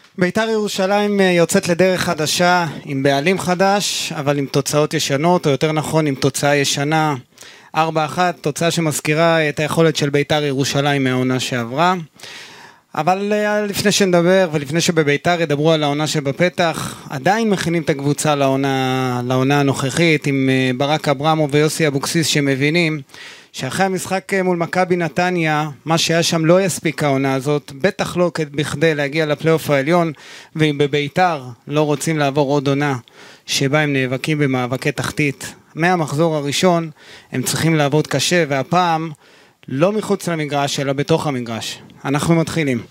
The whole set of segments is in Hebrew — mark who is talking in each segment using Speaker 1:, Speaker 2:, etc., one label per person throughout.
Speaker 1: בית"ר ירושלים יוצאת לדרך חדשה עם בעלים חדש, אבל עם תוצאות ישנות, או יותר נכון עם תוצאה ישנה. 4-1, תוצאה שמזכירה את היכולת של בית"ר ירושלים מהעונה שעברה. אבל לפני שנדבר ולפני שבבית"ר ידברו על העונה שבפתח, עדיין מכינים את הקבוצה לעונה הנוכחית, עם ברק אברמוב ויוסי אבוקסיס שמבינים שאחרי המשחק מול מכבי נתניה, מה שהיה שם לא יספיק העונה הזאת, בטח לא בכדי להגיע לפלייאוף העליון, ואם בבית"ר לא רוצים לעבור עוד עונה שבה הם נאבקים במאבקי תחתית, מהמחזור הראשון הם צריכים לעבוד קשה, והפעם לא מחוץ למגרש אלא בתוך המגרש. אנחנו מתחילים.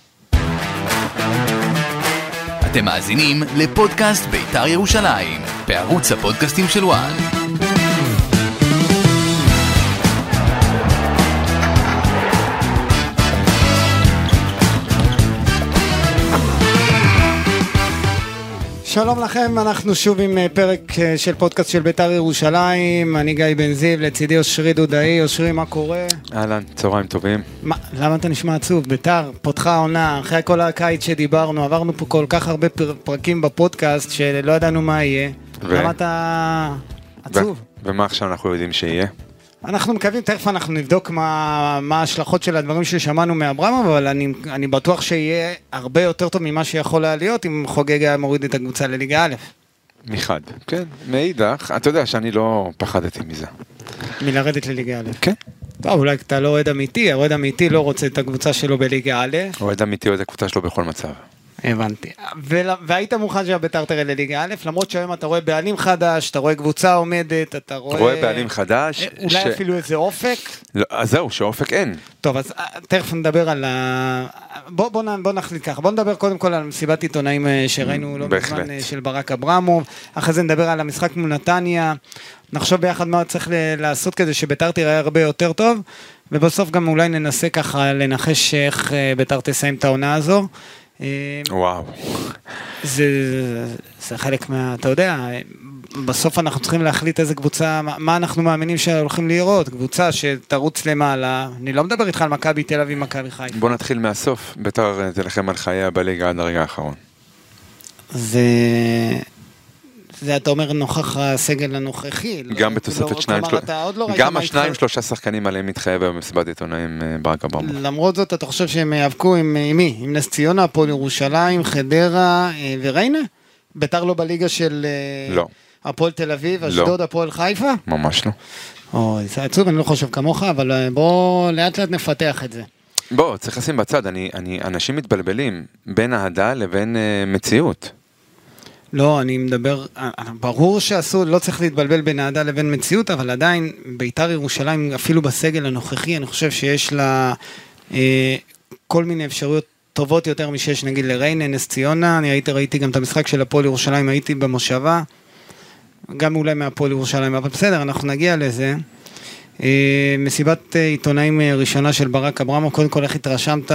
Speaker 2: אתם מאזינים לפודקאסט בית"ר ירושלים, בערוץ הפודקאסטים של וואן.
Speaker 1: שלום לכם, אנחנו שוב עם פרק של פודקאסט של בית"ר ירושלים. אני גיא בן זיו, לצידי אושרי דודאי. אושרי, מה קורה?
Speaker 3: אהלן, צהריים טובים.
Speaker 1: למה אתה נשמע עצוב? בית"ר פותחה עונה, אחרי כל הקיץ שדיברנו, עברנו פה כל כך הרבה פרקים בפודקאסט שלא ידענו מה יהיה. למה אתה עצוב?
Speaker 3: ומה עכשיו אנחנו יודעים שיהיה?
Speaker 1: אנחנו מקווים, תכף אנחנו נבדוק מה ההשלכות של הדברים ששמענו מאברמוב, אבל אני בטוח שיהיה הרבה יותר טוב ממה שיכול להיות אם חוגג היה מוריד את הקבוצה לליגה א'.
Speaker 3: מחד, כן, מאידך, אתה יודע שאני לא פחדתי מזה.
Speaker 1: מלרדת לליגה א'.
Speaker 3: כן.
Speaker 1: טוב, אולי אתה לא אוהד אמיתי, האוהד אמיתי לא רוצה את הקבוצה שלו בליגה א'.
Speaker 3: אוהד אמיתי אוהד הקבוצה שלו בכל מצב.
Speaker 1: הבנתי. והיית מוכן שהבית"ר תראה לליגה א', למרות שהיום אתה רואה בעלים חדש, אתה רואה קבוצה עומדת, אתה רואה
Speaker 3: בעלים חדש.
Speaker 1: אולי אפילו איזה אופק.
Speaker 3: לא, אז זהו, שאופק אין.
Speaker 1: טוב, אז תכף נדבר על בוא נחליט ככה, בוא נדבר קודם כל על מסיבת עיתונאים שראינו לא מזמן של ברק אברמוב, אחרי זה נדבר על המשחק מול נתניה, נחשוב ביחד מה צריך לעשות כדי שבית"ר תיראה הרבה יותר טוב, ובסוף גם אולי ננסה ככה לנחש איך בית"ר תסיים את העונה הזו.
Speaker 3: וואו.
Speaker 1: זה חלק אתה יודע, בסוף אנחנו צריכים להחליט איזה קבוצה, מה אנחנו מאמינים שהולכים לראות, קבוצה שתרוץ למעלה, אני לא מדבר איתך על מכבי תל אביב, מכבי חיפה.
Speaker 3: בוא נתחיל מהסוף, בית"ר תלחם על חייה בליגה עד הרגע האחרון.
Speaker 1: זה אתה אומר נוכח הסגל הנוכחי.
Speaker 3: גם בתוספת שניים, גם השניים שלושה שחקנים עליהם מתחייב במסיבת עיתונאים ברק אברמוב.
Speaker 1: למרות זאת אתה חושב שהם יאבקו עם מי? עם נס ציונה, הפועל ירושלים, חדרה וריינה? בית"ר לא בליגה של הפועל תל אביב, אשדוד, הפועל חיפה?
Speaker 3: ממש לא.
Speaker 1: אוי, זה עצוב, אני לא חושב כמוך, אבל בוא לאט לאט נפתח את זה.
Speaker 3: בוא, צריך לשים בצד, אנשים מתבלבלים בין אהדה לבין מציאות.
Speaker 1: לא, אני מדבר, ברור שאסור, לא צריך להתבלבל בין אהדה לבין מציאות, אבל עדיין בית"ר ירושלים, אפילו בסגל הנוכחי, אני חושב שיש לה כל מיני אפשרויות טובות יותר משש, נגיד לריינה, נס ציונה, אני ראיתי גם את המשחק של הפועל ירושלים, הייתי במושבה, גם אולי מהפועל ירושלים, אבל בסדר, אנחנו נגיע לזה. מסיבת עיתונאים ראשונה של ברק אברמוב, קודם כל איך התרשמת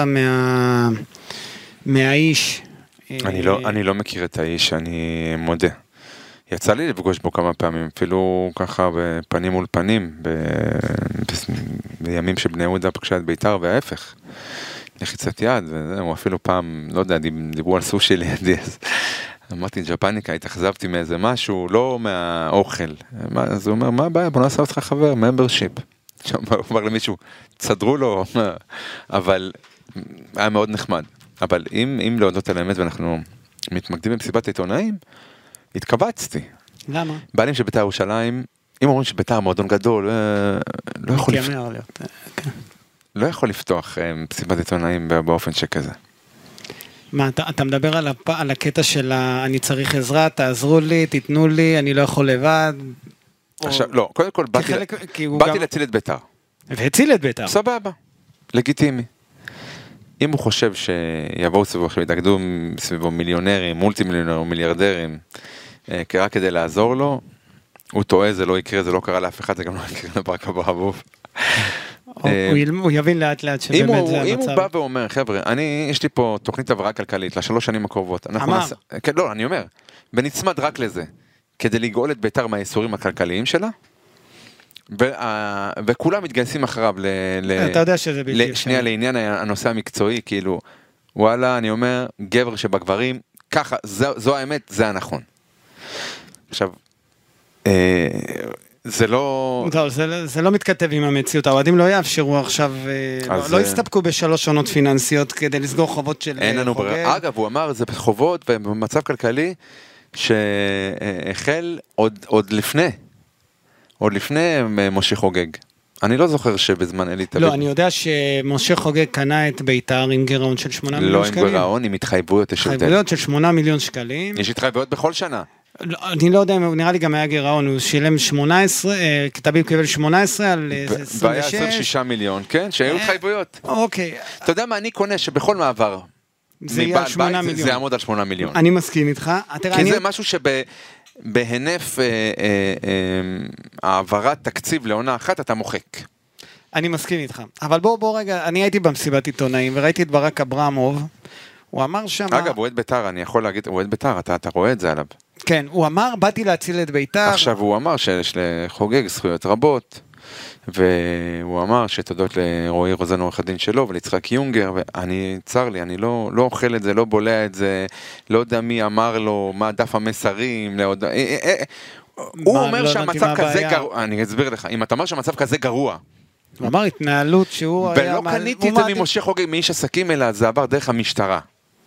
Speaker 1: מהאיש?
Speaker 3: אני לא מכיר את האיש, אני מודה. יצא לי לפגוש בו כמה פעמים, אפילו ככה בפנים מול פנים, בימים שבני יהודה פגשה את בית"ר וההפך. לחיצת יד, הוא אפילו פעם, לא יודע, דיברו על סושי לידי, אז אמרתי ג'פניקה, התאכזבתי מאיזה משהו, לא מהאוכל. אז הוא אומר, מה הבעיה? בוא נעשה אותך חבר, ממברשיפ. הוא אמר למישהו, צדרו לו, אבל היה מאוד נחמד. אבל אם להודות על האמת ואנחנו מתמקדים במסיבת העיתונאים, התקבצתי.
Speaker 1: למה?
Speaker 3: בעלים של בית"ר ירושלים, אם אומרים שבית"ר מועדון גדול, לא יכול לפתוח מסיבת עיתונאים באופן שכזה.
Speaker 1: מה, אתה מדבר על הקטע של אני צריך עזרה, תעזרו לי, תיתנו לי, אני לא יכול לבד?
Speaker 3: עכשיו, לא, קודם כל באתי להציל את בית"ר.
Speaker 1: והציל את בית"ר.
Speaker 3: סבבה, לגיטימי. אם הוא חושב שיבואו סביבו, שיתאגדו סביבו מיליונרים, מולטי מיליונרים, מיליארדרים, רק כדי לעזור לו, הוא טועה, זה לא יקרה, זה לא קרה לאף אחד, זה גם לא יקרה לברק אברמוב.
Speaker 1: הוא יבין לאט לאט שבאמת זה המצב.
Speaker 3: אם הוא בא ואומר, חבר'ה, יש לי פה תוכנית עברה כלכלית ל3 שנים הקרובות.
Speaker 1: אמר.
Speaker 3: לא, אני אומר, ונצמד רק לזה, כדי לגאול את בית"ר מהאיסורים הכלכליים שלה, וכולם מתגייסים אחריו
Speaker 1: אתה יודע שזה בלתי
Speaker 3: שנייה לעניין הנושא המקצועי, כאילו וואלה, אני אומר, גבר שבגברים ככה, זו האמת, זה הנכון. עכשיו, זה לא...
Speaker 1: טוב, זה לא מתכתב עם המציאות, האוהדים לא יאפשרו עכשיו, לא יסתפקו בשלוש עונות פיננסיות כדי לסגור חובות של
Speaker 3: אין לנו ברירה. אגב, הוא אמר, זה חובות ובמצב כלכלי שהחל עוד לפני משה חוגג. אני לא זוכר שבזמן אלי תמיד...
Speaker 1: לא, אני יודע שמשה חוגג קנה את ביתר עם גירעון של 8 מיליון שקלים.
Speaker 3: לא עם גירעון, עם התחייבויות.
Speaker 1: התחייבויות של 8 מיליון שקלים.
Speaker 3: יש התחייבויות בכל שנה.
Speaker 1: אני לא יודע, נראה לי גם היה גירעון, הוא שילם 18, כתביב קיבל 18 על 26.
Speaker 3: והיה 26 מיליון, כן, שהיו התחייבויות.
Speaker 1: אוקיי.
Speaker 3: אתה יודע מה, אני קונה שבכל מעבר,
Speaker 1: זה יהיה על 8 מיליון.
Speaker 3: זה יעמוד על 8 מיליון.
Speaker 1: אני מסכים איתך.
Speaker 3: כי זה משהו שבהנף העברת תקציב לעונה אחת, אתה מוחק.
Speaker 1: אני מסכים איתך. אבל בוא רגע, אני הייתי במסיבת עיתונאים, וראיתי את ברק אברמוב, הוא אמר שם...
Speaker 3: אגב, הוא עד ביתר, אני יכול להגיד, הוא עד ביתר, אתה רואה את זה עליו.
Speaker 1: כן, הוא אמר, באתי להציל את ביתר.
Speaker 3: עכשיו הוא אמר שיש לחוגג זכויות רבות, והוא אמר שתודות לרועי רוזן עורך הדין שלו ולצחק יונגר, ואני צר לי, אני לא אוכל את זה, לא בולע את זה, לא יודע מי אמר לו, מה דף המסרים, הוא אומר שהמצב כזה גרוע, אני אסביר לך, אם אתה אומר שהמצב כזה גרוע,
Speaker 1: הוא אמר התנהלות שהוא
Speaker 3: ולא קניתי את זה ממשה חוגג, מאיש עסקים, אלא זה עבר דרך המשטרה.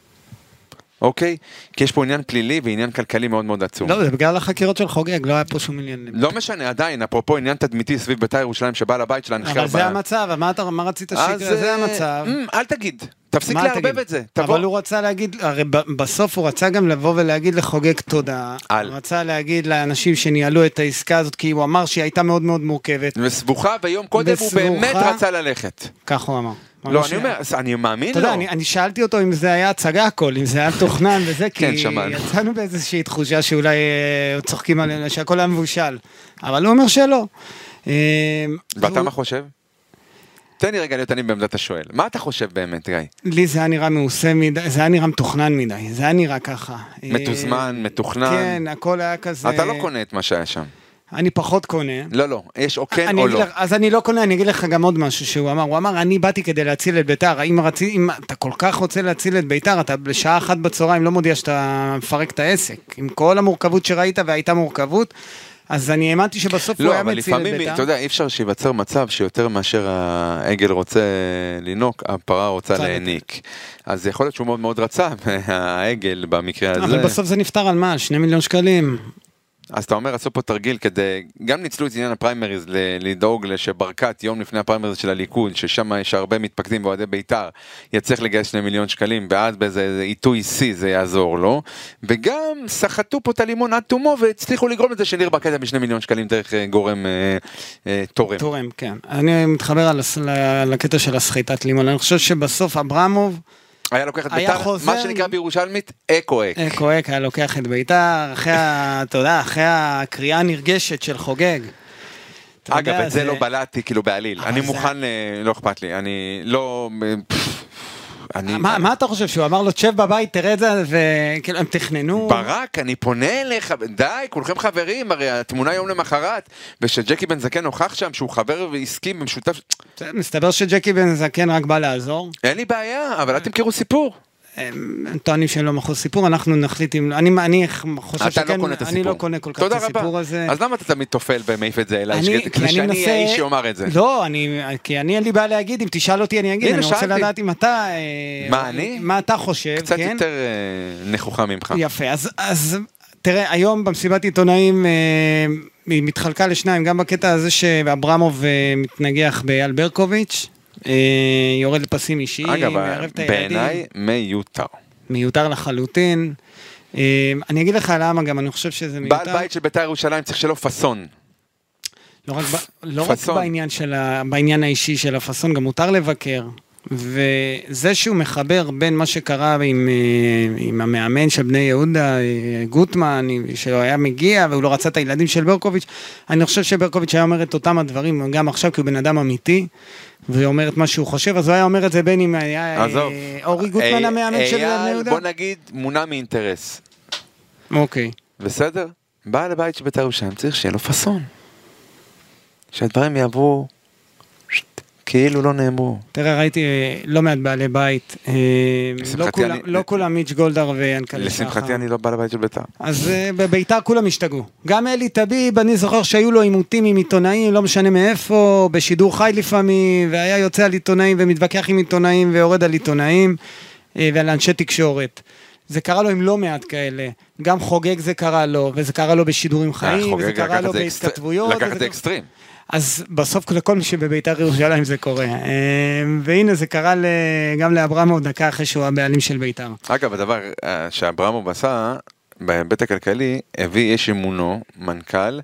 Speaker 3: אוקיי? כי יש פה עניין פלילי ועניין כלכלי מאוד מאוד עצום.
Speaker 1: לא, זה בגלל החקירות של חוגג, לא היה פה שום עניין.
Speaker 3: לא משנה, עדיין, אפרופו עניין תדמיתי סביב בית"ר ירושלים שבא לבית שלה נחקר.
Speaker 1: אבל זה המצב, מה רצית שיקרה? זה המצב.
Speaker 3: אל תגיד, תפסיק לערבב את זה.
Speaker 1: אבל הוא רצה להגיד, הרי בסוף הוא רצה גם לבוא ולהגיד לחוגג תודה. הוא רצה להגיד לאנשים שניהלו את העסקה הזאת, כי הוא אמר שהיא הייתה מאוד מאוד מורכבת.
Speaker 3: וסבוכה, ויום קודם הוא באמת רצה ללכת.
Speaker 1: כך הוא אמר.
Speaker 3: לא, אני אומר, אני מאמין לו.
Speaker 1: אתה יודע, אני שאלתי אותו אם זה היה הצגה הכל, אם זה היה תוכנן וזה, כי יצאנו באיזושהי תחושה שאולי צוחקים עלינו, שהכל היה מבושל. אבל הוא אומר שלא.
Speaker 3: ואתה מה חושב? תן לי רגע להיות אני בעמדת השואל. מה אתה חושב באמת, גיא?
Speaker 1: לי זה היה נראה מעושה מדי, זה היה נראה מתוכנן מדי, זה היה נראה ככה.
Speaker 3: מתוזמן, מתוכנן.
Speaker 1: כן, הכל היה כזה.
Speaker 3: אתה לא קונה את מה שהיה שם.
Speaker 1: אני פחות קונה.
Speaker 3: לא, יש או כן או לא.
Speaker 1: אז אני לא קונה, אני אגיד לך גם עוד משהו שהוא אמר. הוא אמר, אני באתי כדי להציל את ביתר. אם אתה כל כך רוצה להציל את ביתר, אתה בשעה 1 בצהריים לא מודיע שאתה מפרק את העסק. עם כל המורכבות שראית והייתה מורכבות, אז אני האמנתי שבסוף הוא היה מציל את ביתר.
Speaker 3: לא, אבל לפעמים, אתה יודע, אי אפשר שיווצר מצב שיותר מאשר העגל רוצה לנוק, הפרה רוצה להניק. אז יכול להיות שהוא מאוד מאוד רצה, העגל במקרה הזה.
Speaker 1: אבל בסוף זה נפטר על מה? 2 מיליון שקלים.
Speaker 3: אז אתה אומר, עשו פה תרגיל כדי, גם ניצלו את עניין הפריימריז, לדאוג שברקת יום לפני הפריימריז של הליכוד, ששם יש הרבה מתפקדים ואוהדי בית"ר, יצטרך לגייס 2 מיליון שקלים, ואז באיזה עיתוי C זה יעזור לו, וגם סחטו פה את הלימון עד תומו, והצליחו לגרום לזה שניר ברקת ב2 מיליון שקלים דרך גורם תורם.
Speaker 1: תורם, כן. אני מתחבר לקטע של הסחיטת לימון, אני חושב שבסוף אברמוב,
Speaker 3: היה לוקח את ביתר, מה שנקרא בירושלמית, אקו-אק.
Speaker 1: אקו-אק, היה לוקח את ביתר, אחרי הקריאה הנרגשת של חוגג.
Speaker 3: אגב, את זה לא בלעתי, כאילו בעליל. אני מוכן, לא אכפת לי, אני לא...
Speaker 1: מה אתה חושב? שהוא אמר לו, תשב בבית, תראה את זה, וכאילו, הם תכננו...
Speaker 3: ברק, אני פונה אליך, די, כולכם חברים, הרי התמונה יום למחרת, ושג'קי בן זקן הוכח שם, שהוא חבר והסכים במשותף...
Speaker 1: מסתבר שג'קי בן זקן רק בא לעזור.
Speaker 3: אין לי בעיה, אבל אל תמכרו סיפור.
Speaker 1: הם טוענים שהם לא מכרו סיפור, אנחנו נחליט אם... אני חושב שכן, אני לא קונה כל כך את הסיפור הזה.
Speaker 3: אז למה אתה תמיד תופל ומעיף את זה אליי? כדי שאני האיש שאומר את זה.
Speaker 1: לא, כי אני אין לי בעיה להגיד, אם תשאל אותי אני אגיד, אני רוצה לדעת אם אתה...
Speaker 3: מה אני?
Speaker 1: מה אתה חושב,
Speaker 3: קצת יותר נכוחה ממך.
Speaker 1: יפה, אז תראה, היום במסיבת עיתונאים היא מתחלקה לשניים, גם בקטע הזה שאברמוב מתנגח באייל ברקוביץ', יורד לפסים אישיים.
Speaker 3: אגב, בעיניי
Speaker 1: מיותר לחלוטין. אני אגיד לך למה גם, אני חושב שזה מיותר.
Speaker 3: בעל בית של בית"ר ירושלים צריך שלא פסון.
Speaker 1: לא רק בעניין האישי של הפסון, גם מותר לבקר. וזה שהוא מחבר בין מה שקרה עם המאמן של בני יהודה, גוטמן, שהוא היה מגיע והוא לא רצה את הילדים של ברקוביץ', אני חושב שברקוביץ' היה אומר את אותם הדברים גם עכשיו, כי הוא בן אדם אמיתי, והוא אומר את מה שהוא חושב, אז הוא היה אומר את זה בין אם היה אורי גוטמן המאמן של בני יהודה.
Speaker 3: בוא נגיד, מונע מאינטרס.
Speaker 1: אוקיי.
Speaker 3: בסדר? בעל הבית של בית"ר ירושלים צריך שיהיה לו פסון. שהדברים יעברו כאילו לא נאמרו.
Speaker 1: תראה, ראיתי לא מעט בעלי בית, לא כולם מיץ' גולדהר ויענקלה שחר.
Speaker 3: לשמחתי אני לא בעל הבית של בית"ר.
Speaker 1: אז בבית"ר כולם השתגעו. גם אלי טביב, אני זוכר שהיו לו עימותים עם עיתונאים, לא משנה מאיפה, בשידור חי לפעמים, והיה יוצא על עיתונאים ומתווכח עם עיתונאים ויורד על עיתונאים ועל אנשי תקשורת. זה קרה לו עם לא מעט כאלה. גם חוגג זה קרה לו, וזה קרה לו בשידורים חיים, וזה קרה לו בהתכתבויות.
Speaker 3: לקח את האקסטרים.
Speaker 1: אז בסוף לכל מי שבבית"ר ירושלים זה קורה. והנה זה קרה גם לאברמוב דקה אחרי שהוא הבעלים של בית"ר.
Speaker 3: אגב, הדבר שאברמוב עשה, בהיבט הכלכלי, הביא איש אמונו, מנכ"ל,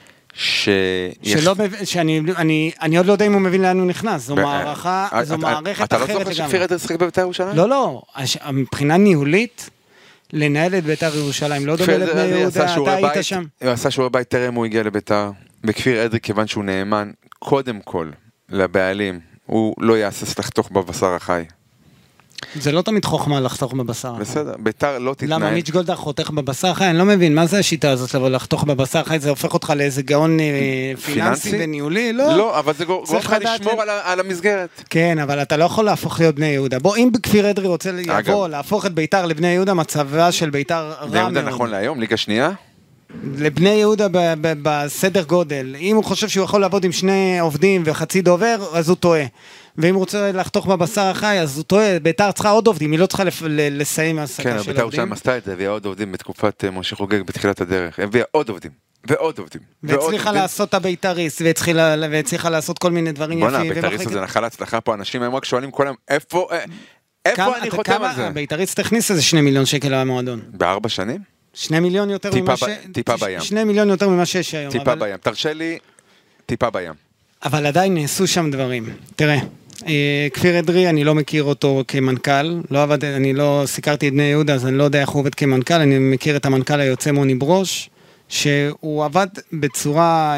Speaker 1: אני עוד לא יודע אם הוא מבין לאן הוא נכנס. זו מערכת אחרת.
Speaker 3: אתה לא זוכר שכפיר אדרי שיחק בבית"ר ירושלים?
Speaker 1: לא. מבחינה ניהולית, לנהל את בית"ר ירושלים, לא דומה לבני יהודה, אתה היית שם.
Speaker 3: הוא עשה שיעורי בית טרם הוא הגיע לבית"ר. בכפיר אדרי, כיוון שהוא נאמן, קודם כל, לבעלים, הוא לא יעשס לחתוך בבשר החי.
Speaker 1: זה לא תמיד חוכמה לחתוך בבשר החי.
Speaker 3: בסדר, בית"ר לא תתנהל.
Speaker 1: למה מיץ' גולדהר חותך בבשר החי? אני לא מבין, מה זה השיטה הזאת לבוא לחתוך בבשר החי? זה הופך אותך לאיזה גאון פיננסי וניהולי? לא, אבל
Speaker 3: זה גורם לך לשמור על המסגרת.
Speaker 1: כן, אבל אתה לא יכול להפוך להיות בני יהודה. בוא, אם בכפיר אדרי רוצה לבוא, להפוך את בית"ר לבני יהודה, מצבה של בית"ר רע מאוד.
Speaker 3: בני יהודה נכון להיום, ליגה שנייה?
Speaker 1: לבני יהודה בסדר גודל. אם הוא חושב שהוא יכול לעבוד עם שני עובדים וחצי דובר, אז הוא טועה. ואם הוא רוצה לחתוך בבשר החי, אז הוא טועה. בית"ר צריכה עוד עובדים, היא לא צריכה לסיים העסקה של עובדים.
Speaker 3: כן, בית"ר ירושלים עשתה את זה, הביאה עוד עובדים בתקופת משה חוגג בתחילת הדרך. הביאה עוד עובדים, ועוד עובדים.
Speaker 1: והצליחה לעשות את הבית"ריסט, והצליחה לעשות כל מיני דברים יפים.
Speaker 3: בוא'נה, הבית"ריסט הזה נחל הצלחה פה, אנשים הם רק שואלים כל היום, איפה אני חותם על זה?
Speaker 1: הבית"ריסט הכניס איזה 2 מיליון שקל למועדון.
Speaker 3: ב4 שנים?
Speaker 1: 2 מיליון יותר
Speaker 3: טיפה בים.
Speaker 1: 2 מיליון יותר ממה שיש היום.
Speaker 3: טיפה בים. תרשה לי, טיפה בים.
Speaker 1: אבל עדיין נעשו שם דברים. תראה, כפיר אדרי, אני לא מכיר אותו כמנכ"ל, אני לא סיקרתי את בני יהודה, אז אני לא יודע איך הוא עובד כמנכ"ל, אני מכיר את המנכ"ל היוצא מוני ברוש, שהוא עבד בצורה,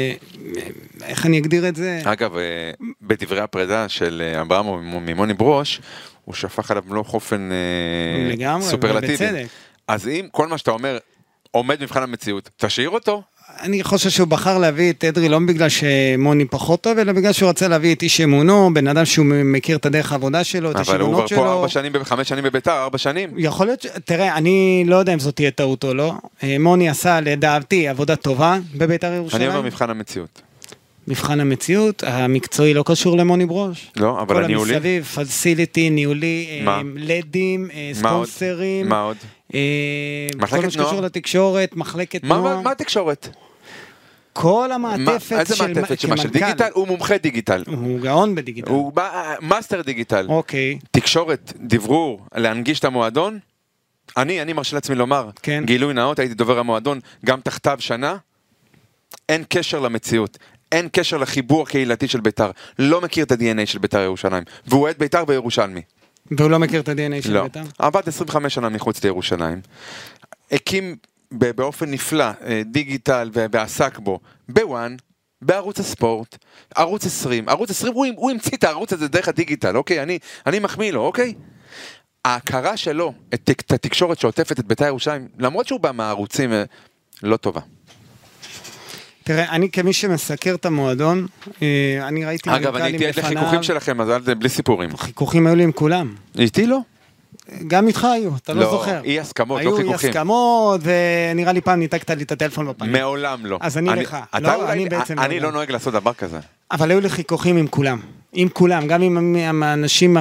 Speaker 1: איך אני אגדיר את זה?
Speaker 3: אגב, בדברי הפרידה של אברמוב ממוני ברוש, הוא שפך עליו מלוא חופן סופרלטיבי.
Speaker 1: בצדק.
Speaker 3: אז אם כל מה שאתה אומר עומד מבחן המציאות, תשאיר אותו?
Speaker 1: אני חושב שהוא בחר להביא את אדרי לא בגלל שמוני פחות טוב, אלא בגלל שהוא רצה להביא את איש אמונו, בן אדם שהוא מכיר את הדרך העבודה שלו, את השבונות שלו.
Speaker 3: אבל הוא כבר פה 5 שנים בביתר, 4 שנים.
Speaker 1: יכול להיות, תראה, אני לא יודע אם זאת תהיה טעות או לא. מוני עשה לדעתי עבודה טובה בביתר ירושלים.
Speaker 3: אני אומר מבחן המציאות.
Speaker 1: מבחן המציאות, המקצועי לא קשור למוני ברוש.
Speaker 3: לא, אבל הניהולי.
Speaker 1: כל המסביב, פלסיליטי, ניהולי, לדים, ספונסרים.
Speaker 3: מה עוד?
Speaker 1: כל מה שקשור לתקשורת, מחלקת נוער.
Speaker 3: מה התקשורת?
Speaker 1: כל המעטפת
Speaker 3: איזה מעטפת? של דיגיטל? הוא מומחה דיגיטל.
Speaker 1: הוא גאון בדיגיטל.
Speaker 3: הוא מאסטר דיגיטל.
Speaker 1: אוקיי.
Speaker 3: תקשורת, דברור, להנגיש את המועדון. אני מרשה לעצמי לומר, גילוי נאות, הייתי דובר המועדון גם תחתיו שנה. אין קשר למציאות. אין קשר לחיבור הקהילתי של ביתר. לא מכיר את ה-DNA של ביתר ירושלים. והוא אוהד ביתר וירושלמי.
Speaker 1: והוא לא מכיר את ה-DNA של ביתר?
Speaker 3: עבד 25 שנה מחוץ לירושלים. הקים באופן נפלא דיגיטל ועסק בו בוואן, בערוץ הספורט, ערוץ 20. ערוץ 20 הוא המציא את הערוץ הזה דרך הדיגיטל, אוקיי? אני מחמיא לו, אוקיי? ההכרה שלו, את התקשורת שעוטפת את ביתר ירושלים, למרות שהוא בא מהערוצים, לא טובה.
Speaker 1: תראה, אני כמי שמסקר את המועדון, אני ראיתי
Speaker 3: מנכ"לים לפניו. אגב, אני הייתי לחיכוכים שלכם, אז בלי סיפורים.
Speaker 1: חיכוכים היו לי עם כולם.
Speaker 3: איתי לא?
Speaker 1: גם איתך היו, אתה לא זוכר.
Speaker 3: אי הסכמות, לא חיכוכים.
Speaker 1: היו אי הסכמות, ונראה לי פעם ניתקת לי את הטלפון בפנים.
Speaker 3: מעולם לא.
Speaker 1: אז אני לך.
Speaker 3: אני לא נוהג לעשות דבר כזה.
Speaker 1: אבל היו לי חיכוכים עם כולם. עם כולם, גם עם האנשים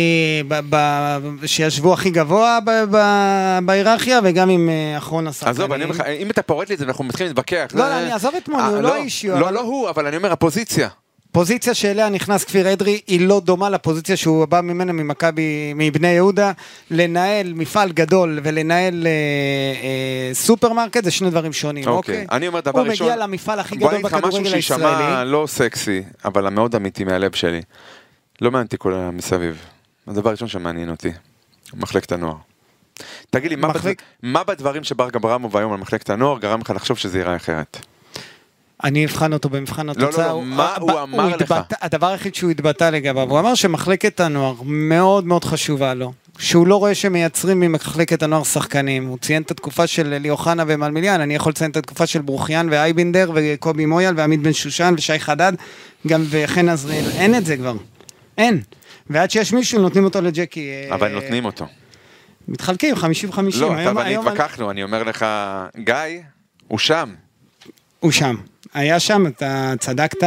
Speaker 1: שישבו הכי גבוה בהיררכיה, וגם עם אחרון השחקנים.
Speaker 3: עזוב, אם אתה פורט לי את זה, אנחנו מתחילים להתווכח.
Speaker 1: לא, אני עזוב את מוני, הוא לא אישי.
Speaker 3: לא הוא, אבל אני אומר, הפוזיציה.
Speaker 1: פוזיציה שאליה נכנס כפיר אדרי, היא לא דומה לפוזיציה שהוא בא ממנה ממכבי, מבני יהודה, לנהל מפעל גדול ולנהל סופרמרקט, זה שני דברים שונים, אוקיי?
Speaker 3: אני אומר דבר ראשון,
Speaker 1: הוא מגיע למפעל הכי גדול בכדורגל הישראלי.
Speaker 3: משהו שישמע לא סקסי, אבל המאוד אמיתי מהלב שלי. לא מעניין אותי כל המסביב. הדבר הראשון שמעניין אותי, מחלקת הנוער. תגיד לי, מה בדברים שברק אברמוב היום על מחלקת הנוער גרם לך לחשוב שזה ייראה אחרת?
Speaker 1: אני אבחן אותו במבחן התוצאה.
Speaker 3: לא, מה הוא אמר לך?
Speaker 1: הדבר היחיד שהוא התבטא לגביו, הוא אמר שמחלקת הנוער מאוד מאוד חשובה לו. שהוא לא רואה שמייצרים ממחלקת הנוער שחקנים. הוא ציין את התקופה של אלי אוחנה ומלמיליאן, אני יכול לציין את התקופה של ברוחיאן ואייבינדר וקובי מויאל ועמית בן שושן ושי חדד, גם וחן עזריאל. אין את זה כבר. אין. ועד שיש מישהו נותנים אותו לג'קי.
Speaker 3: אבל נותנים אותו.
Speaker 1: מתחלקים, 50-50.
Speaker 3: לא, אתה ואני התווכחנו, אני אומר לך, גיא, הוא שם.
Speaker 1: הוא שם. היה שם, אתה צדקת.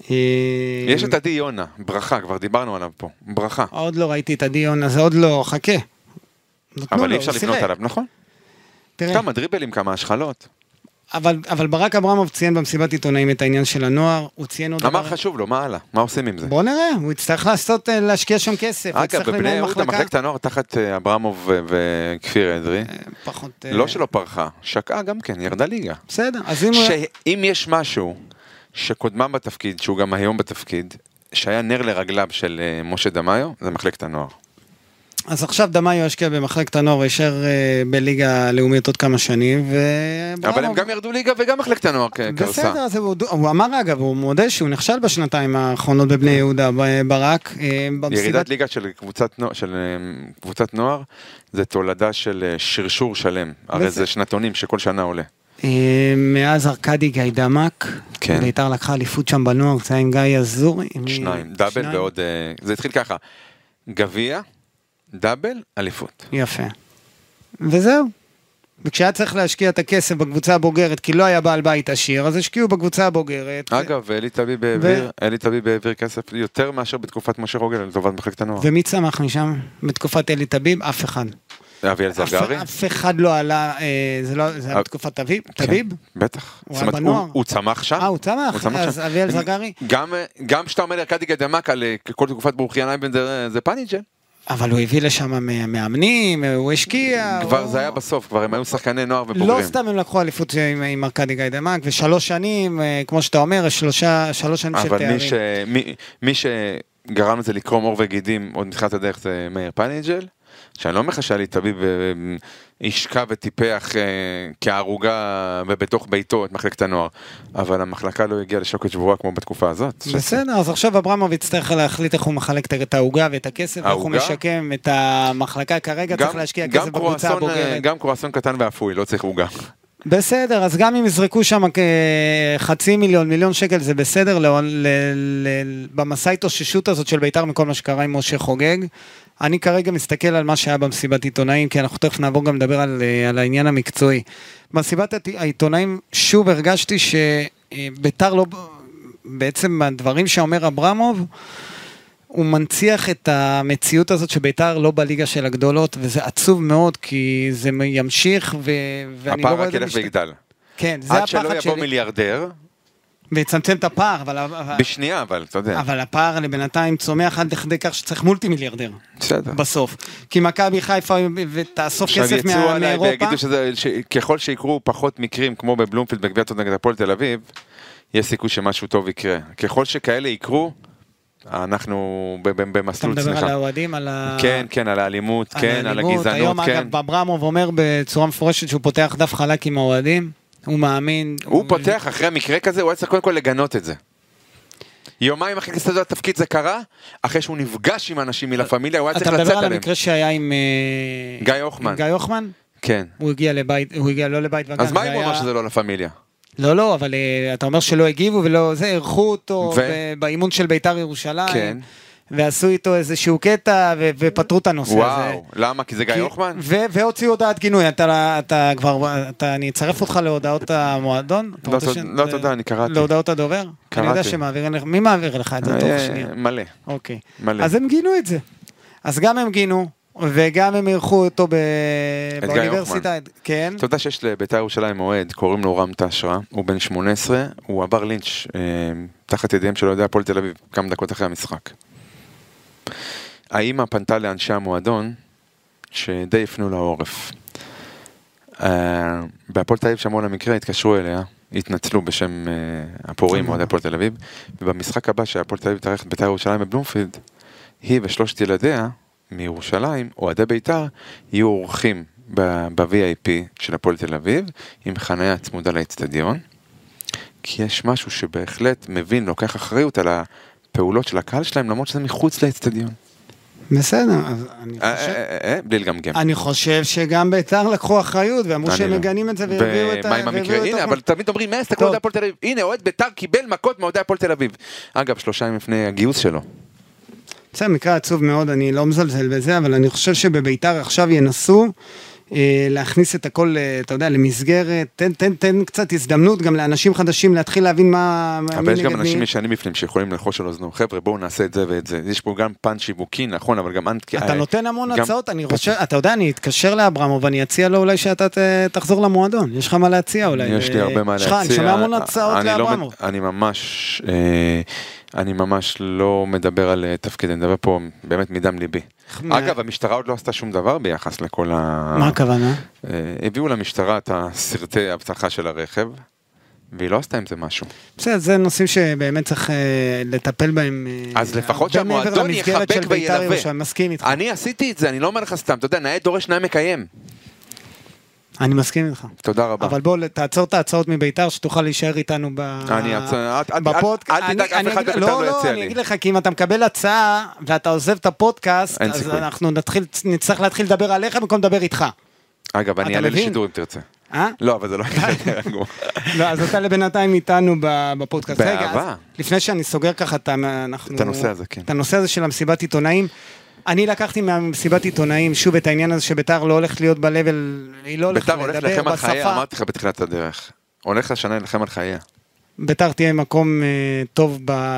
Speaker 3: יש את עדי יונה, ברכה, כבר דיברנו עליו פה, ברכה.
Speaker 1: עוד לא ראיתי את עדי יונה, זה עוד לא, חכה.
Speaker 3: אבל אי אפשר לבנות עליו, נכון? כמה דריבלים, כמה השחלות.
Speaker 1: אבל ברק אברמוב ציין במסיבת עיתונאים את העניין של הנוער, הוא ציין עוד...
Speaker 3: אמר חשוב לו, מה הלאה? מה עושים עם זה?
Speaker 1: בוא נראה, הוא יצטרך להשקיע שם כסף.
Speaker 3: אגב, בבני יהודה מחלקת הנוער תחת אברמוב וכפיר אדרי, לא שלא פרחה, שקעה גם כן, ירדה ליגה.
Speaker 1: בסדר, אז
Speaker 3: אם יש משהו שקודמם בתפקיד, שהוא גם היום בתפקיד, שהיה נר לרגליו של משה דמאיו, זה מחלקת הנוער.
Speaker 1: אז עכשיו דמאיו ישקיע במחלקת הנוער, ישר בליגה לאומית עוד כמה שנים,
Speaker 3: אבל הם גם ירדו ליגה וגם מחלקת הנוער קרסה.
Speaker 1: בסדר, אז הוא אמר אגב, הוא מודה שהוא נכשל בשנתיים האחרונות בבני יהודה, ברק.
Speaker 3: ירידת ליגה של קבוצת נוער, זה תולדה של שרשור שלם, הרי זה שנתונים שכל שנה עולה.
Speaker 1: מאז ארקדי גיידמק, ביתר לקחה אליפות שם בנוער, זה היה עם גיא אזורי.
Speaker 3: 2, דאבל ועוד, זה התחיל ככה, גביע, דאבל, אליפות.
Speaker 1: יפה. וזהו. וכשהיה צריך להשקיע את הכסף בקבוצה הבוגרת, כי לא היה בעל בית עשיר, אז השקיעו בקבוצה הבוגרת.
Speaker 3: אגב, אלי טביב העביר כסף יותר מאשר בתקופת משה רוגל, לטובת מחלקת הנוער.
Speaker 1: ומי צמח משם? בתקופת אלי טביב? אף אחד.
Speaker 3: אביאל זרגרי?
Speaker 1: אף אחד לא עלה, זה היה בתקופת טביב?
Speaker 3: בטח.
Speaker 1: הוא היה בנוער.
Speaker 3: הוא צמח שם?
Speaker 1: הוא צמח, אז אביאל זרגרי.
Speaker 3: גם שאתה אומר ארקדי גיידמק על כל תקופת ברוחיאן אייבנדר, זה פניג'ל.
Speaker 1: אבל הוא הביא לשם מאמנים, הוא השקיע.
Speaker 3: כבר זה היה בסוף, כבר הם היו שחקני נוער ובוגרים.
Speaker 1: לא סתם הם לקחו אליפות עם ארקדי גיידמק, ו3 שנים, כמו שאתה אומר, 3 שנים של תארים.
Speaker 3: אבל מי שגרם לזה לקרום עור וגידים עוד מתחילת הדרך זה מאיר פניג'ל, שאני לא אומר לך שהיה תביב ישקע וטיפח כהרוגה ובתוך ביתו את מחלקת הנוער, אבל המחלקה לא הגיעה לשוקת שבועה כמו בתקופה הזאת.
Speaker 1: בסדר, אז עכשיו אברמוב יצטרך להחליט איך הוא מחלק את ההרוגה ואת הכסף, איך הוא משקם את המחלקה כרגע, צריך להשקיע כסף בקבוצה הבוגרת.
Speaker 3: גם קרואסון קטן ואפוי, לא צריך הוגה.
Speaker 1: בסדר, אז גם אם יזרקו שם $500,000 שקל, זה בסדר, במסע התאוששות הזאת של ביתר מכל מה שקרה עם משה חוגג. אני כרגע מסתכל על מה שהיה במסיבת עיתונאים, כי אנחנו תכף נעבור גם לדבר על העניין המקצועי. במסיבת העיתונאים שוב הרגשתי שביתר לא, בעצם הדברים שאומר אברמוב, הוא מנציח את המציאות הזאת שביתר לא בליגה של הגדולות, וזה עצוב מאוד, כי זה ימשיך, ואני לא רואה את זה
Speaker 3: הפער רק ילך ויגדל.
Speaker 1: כן, זה הפחד שלי.
Speaker 3: עד שלא יבוא מיליארדר.
Speaker 1: ויצמצם את הפער,
Speaker 3: בשנייה, אבל, אתה יודע.
Speaker 1: אבל הפער לבינתיים צומח עד לכדי כך שצריך מולטי מיליארדר.
Speaker 3: בסדר.
Speaker 1: בסוף. כי מכבי חיפה ותאסוף כסף מאירופה.
Speaker 3: ויגידו שככל שיקרו פחות מקרים, כמו בבלומפילד, בגביע טוטנהאם נגד הפועל תל אביב, יש סיכוי שמשהו טוב יקרה. ככל שכאלה יקרו, אנחנו במסלול צמיחה.
Speaker 1: אתה מדבר על האוהדים, על ה...
Speaker 3: כן, על האלימות, כן, על הגזענות, כן.
Speaker 1: היום אגב, אברמוב אומר בצורה מפורשת שהוא פותח דף חלק עם האוהדים, הוא מאמין.
Speaker 3: הוא פותח אחרי המקרה כזה, הוא היה צריך קודם כל לגנות את זה. יומיים אחרי כניסתו לתפקיד זה קרה, אחרי שהוא נפגש עם אנשים מלה פמיליה, הוא היה צריך לצאת עליהם.
Speaker 1: אתה מדבר על המקרה שהיה עם...
Speaker 3: גיא אוחמן.
Speaker 1: גיא אוחמן?
Speaker 3: כן.
Speaker 1: הוא הגיע לבית, הוא הגיע לא לבית וגן.
Speaker 3: אז מה אם הוא אמר שזה לא לפמיליה?
Speaker 1: לא, אבל אתה אומר שלא הגיבו ולא, זה, ערכו אותו באימון של ביתר ירושלים. כן. ועשו איתו איזשהו קטע ופתרו את הנושא הזה.
Speaker 3: וואו, למה? כי זה גיא אוחמן?
Speaker 1: והוציאו הודעת גינוי, אני אצרף אותך להודעות המועדון?
Speaker 3: לא, תודה, אני קראתי.
Speaker 1: להודעות הדובר?
Speaker 3: קראתי.
Speaker 1: אני יודע שמעבירים לך, מי מעביר לך את זה תוך שנייה?
Speaker 3: מלא.
Speaker 1: אוקיי. אז הם גינו את זה. אז גם הם גינו, וגם הם ערכו אותו באוניברסיטה. כן.
Speaker 3: אתה יודע שיש לביתר ירושלים מועד, קוראים לו רם תשרה, הוא בן 18, הוא עבר לינץ' תחת ידיהם שלא יודע הפועל תל אביב, כמה דקות אחרי המשחק. האמא פנתה לאנשי המועדון שדי הפנו לה עורף. בהפועל תל אביב שמעו על המקרה, התקשרו אליה, התנצלו בשם הפורעים מועדי הפועל תל אביב, ובמשחק הבא שהפועל תל אביב תארח ביתר ירושלים בבלומפילד, היא ושלושת ילדיה מירושלים, אוהדי ביתר, יהיו אורחים ב-VIP של הפועל תל אביב, עם חניה צמודה לאצטדיון, כי יש משהו שבהחלט מבין, לוקח אחריות על הפעולות של הקהל שלהם, למרות שזה מחוץ לאצטדיון.
Speaker 1: בסדר, אז
Speaker 3: בלי לגמגם.
Speaker 1: אני חושב שגם בית"ר לקחו אחריות, ואמרו שהם מגנים את זה והביאו את
Speaker 3: ומה עם המקרה? הנה, אבל תמיד אומרים, מה הסתכלו אוהדי הפועל תל אביב? הנה, אוהד בית"ר קיבל מכות מאוהדי הפועל תל אביב. אגב, 3 ימים לפני הגיוס שלו.
Speaker 1: בסדר, מקרה עצוב מאוד, אני לא מזלזל בזה, אבל אני חושב שבבית"ר עכשיו ינסו להכניס את הכל, אתה יודע, למסגרת, תן קצת הזדמנות גם לאנשים חדשים להתחיל להבין מה...
Speaker 3: אבל יש גם אנשים ישנים בפנים שיכולים לחוש על אוזנו, חבר'ה בואו נעשה את זה ואת זה, יש פה גם פן שיווקי, נכון, אבל גם...
Speaker 1: אתה נותן המון הצעות, אני חושב, אתה יודע, אני אתקשר לאברמוב ואני אציע לו אולי שאתה תחזור למועדון, יש לך מה להציע אולי.
Speaker 3: יש לי הרבה מה להציע.
Speaker 1: אני שומע המון הצעות לאברמוב.
Speaker 3: אני ממש לא מדבר על תפקיד, אני מדבר פה באמת מדם ליבי. אגב, המשטרה עוד לא עשתה שום דבר ביחס לכל
Speaker 1: מה הכוונה?
Speaker 3: הביאו למשטרה את הסרטי הבטחה של הרכב, והיא לא עשתה עם זה משהו.
Speaker 1: בסדר, זה נושאים שבאמת צריך לטפל בהם.
Speaker 3: אז לפחות שהמועדון יחבק וילווה.
Speaker 1: מסכים איתך.
Speaker 3: אני עשיתי את זה, אני לא אומר לך סתם, אתה יודע, נאה דורש נאה מקיים.
Speaker 1: אני מסכים איתך.
Speaker 3: תודה רבה.
Speaker 1: אבל בוא, תעצור את ההצעות מביתר, שתוכל להישאר איתנו בפודקאסט.
Speaker 3: אל תדאג, אף אחד בביתר לא יציע לי.
Speaker 1: אני אגיד לך, כי אם אתה מקבל הצעה, ואתה עוזב את הפודקאסט, אז אנחנו נצטרך להתחיל לדבר עליך, במקום לדבר איתך.
Speaker 3: אגב, אני אעלה לשידור אם תרצה. לא, אבל זה לא יקרה.
Speaker 1: לא, אז אתה לבינתיים איתנו בפודקאסט.
Speaker 3: באהבה.
Speaker 1: לפני שאני סוגר ככה את
Speaker 3: הנושא הזה, כן.
Speaker 1: את הנושא הזה של המסיבת עיתונאים, אני לקחתי מהמסיבת עיתונאים שוב את העניין הזה שביתר לא הולכת להיות בלבל, היא לא הולכת לדבר בשפה.
Speaker 3: ביתר הולך לכם על חייה, אמרתי לך בתחילת הדרך. הולך לשנה לכם על חייה.
Speaker 1: ביתר תהיה מקום טוב,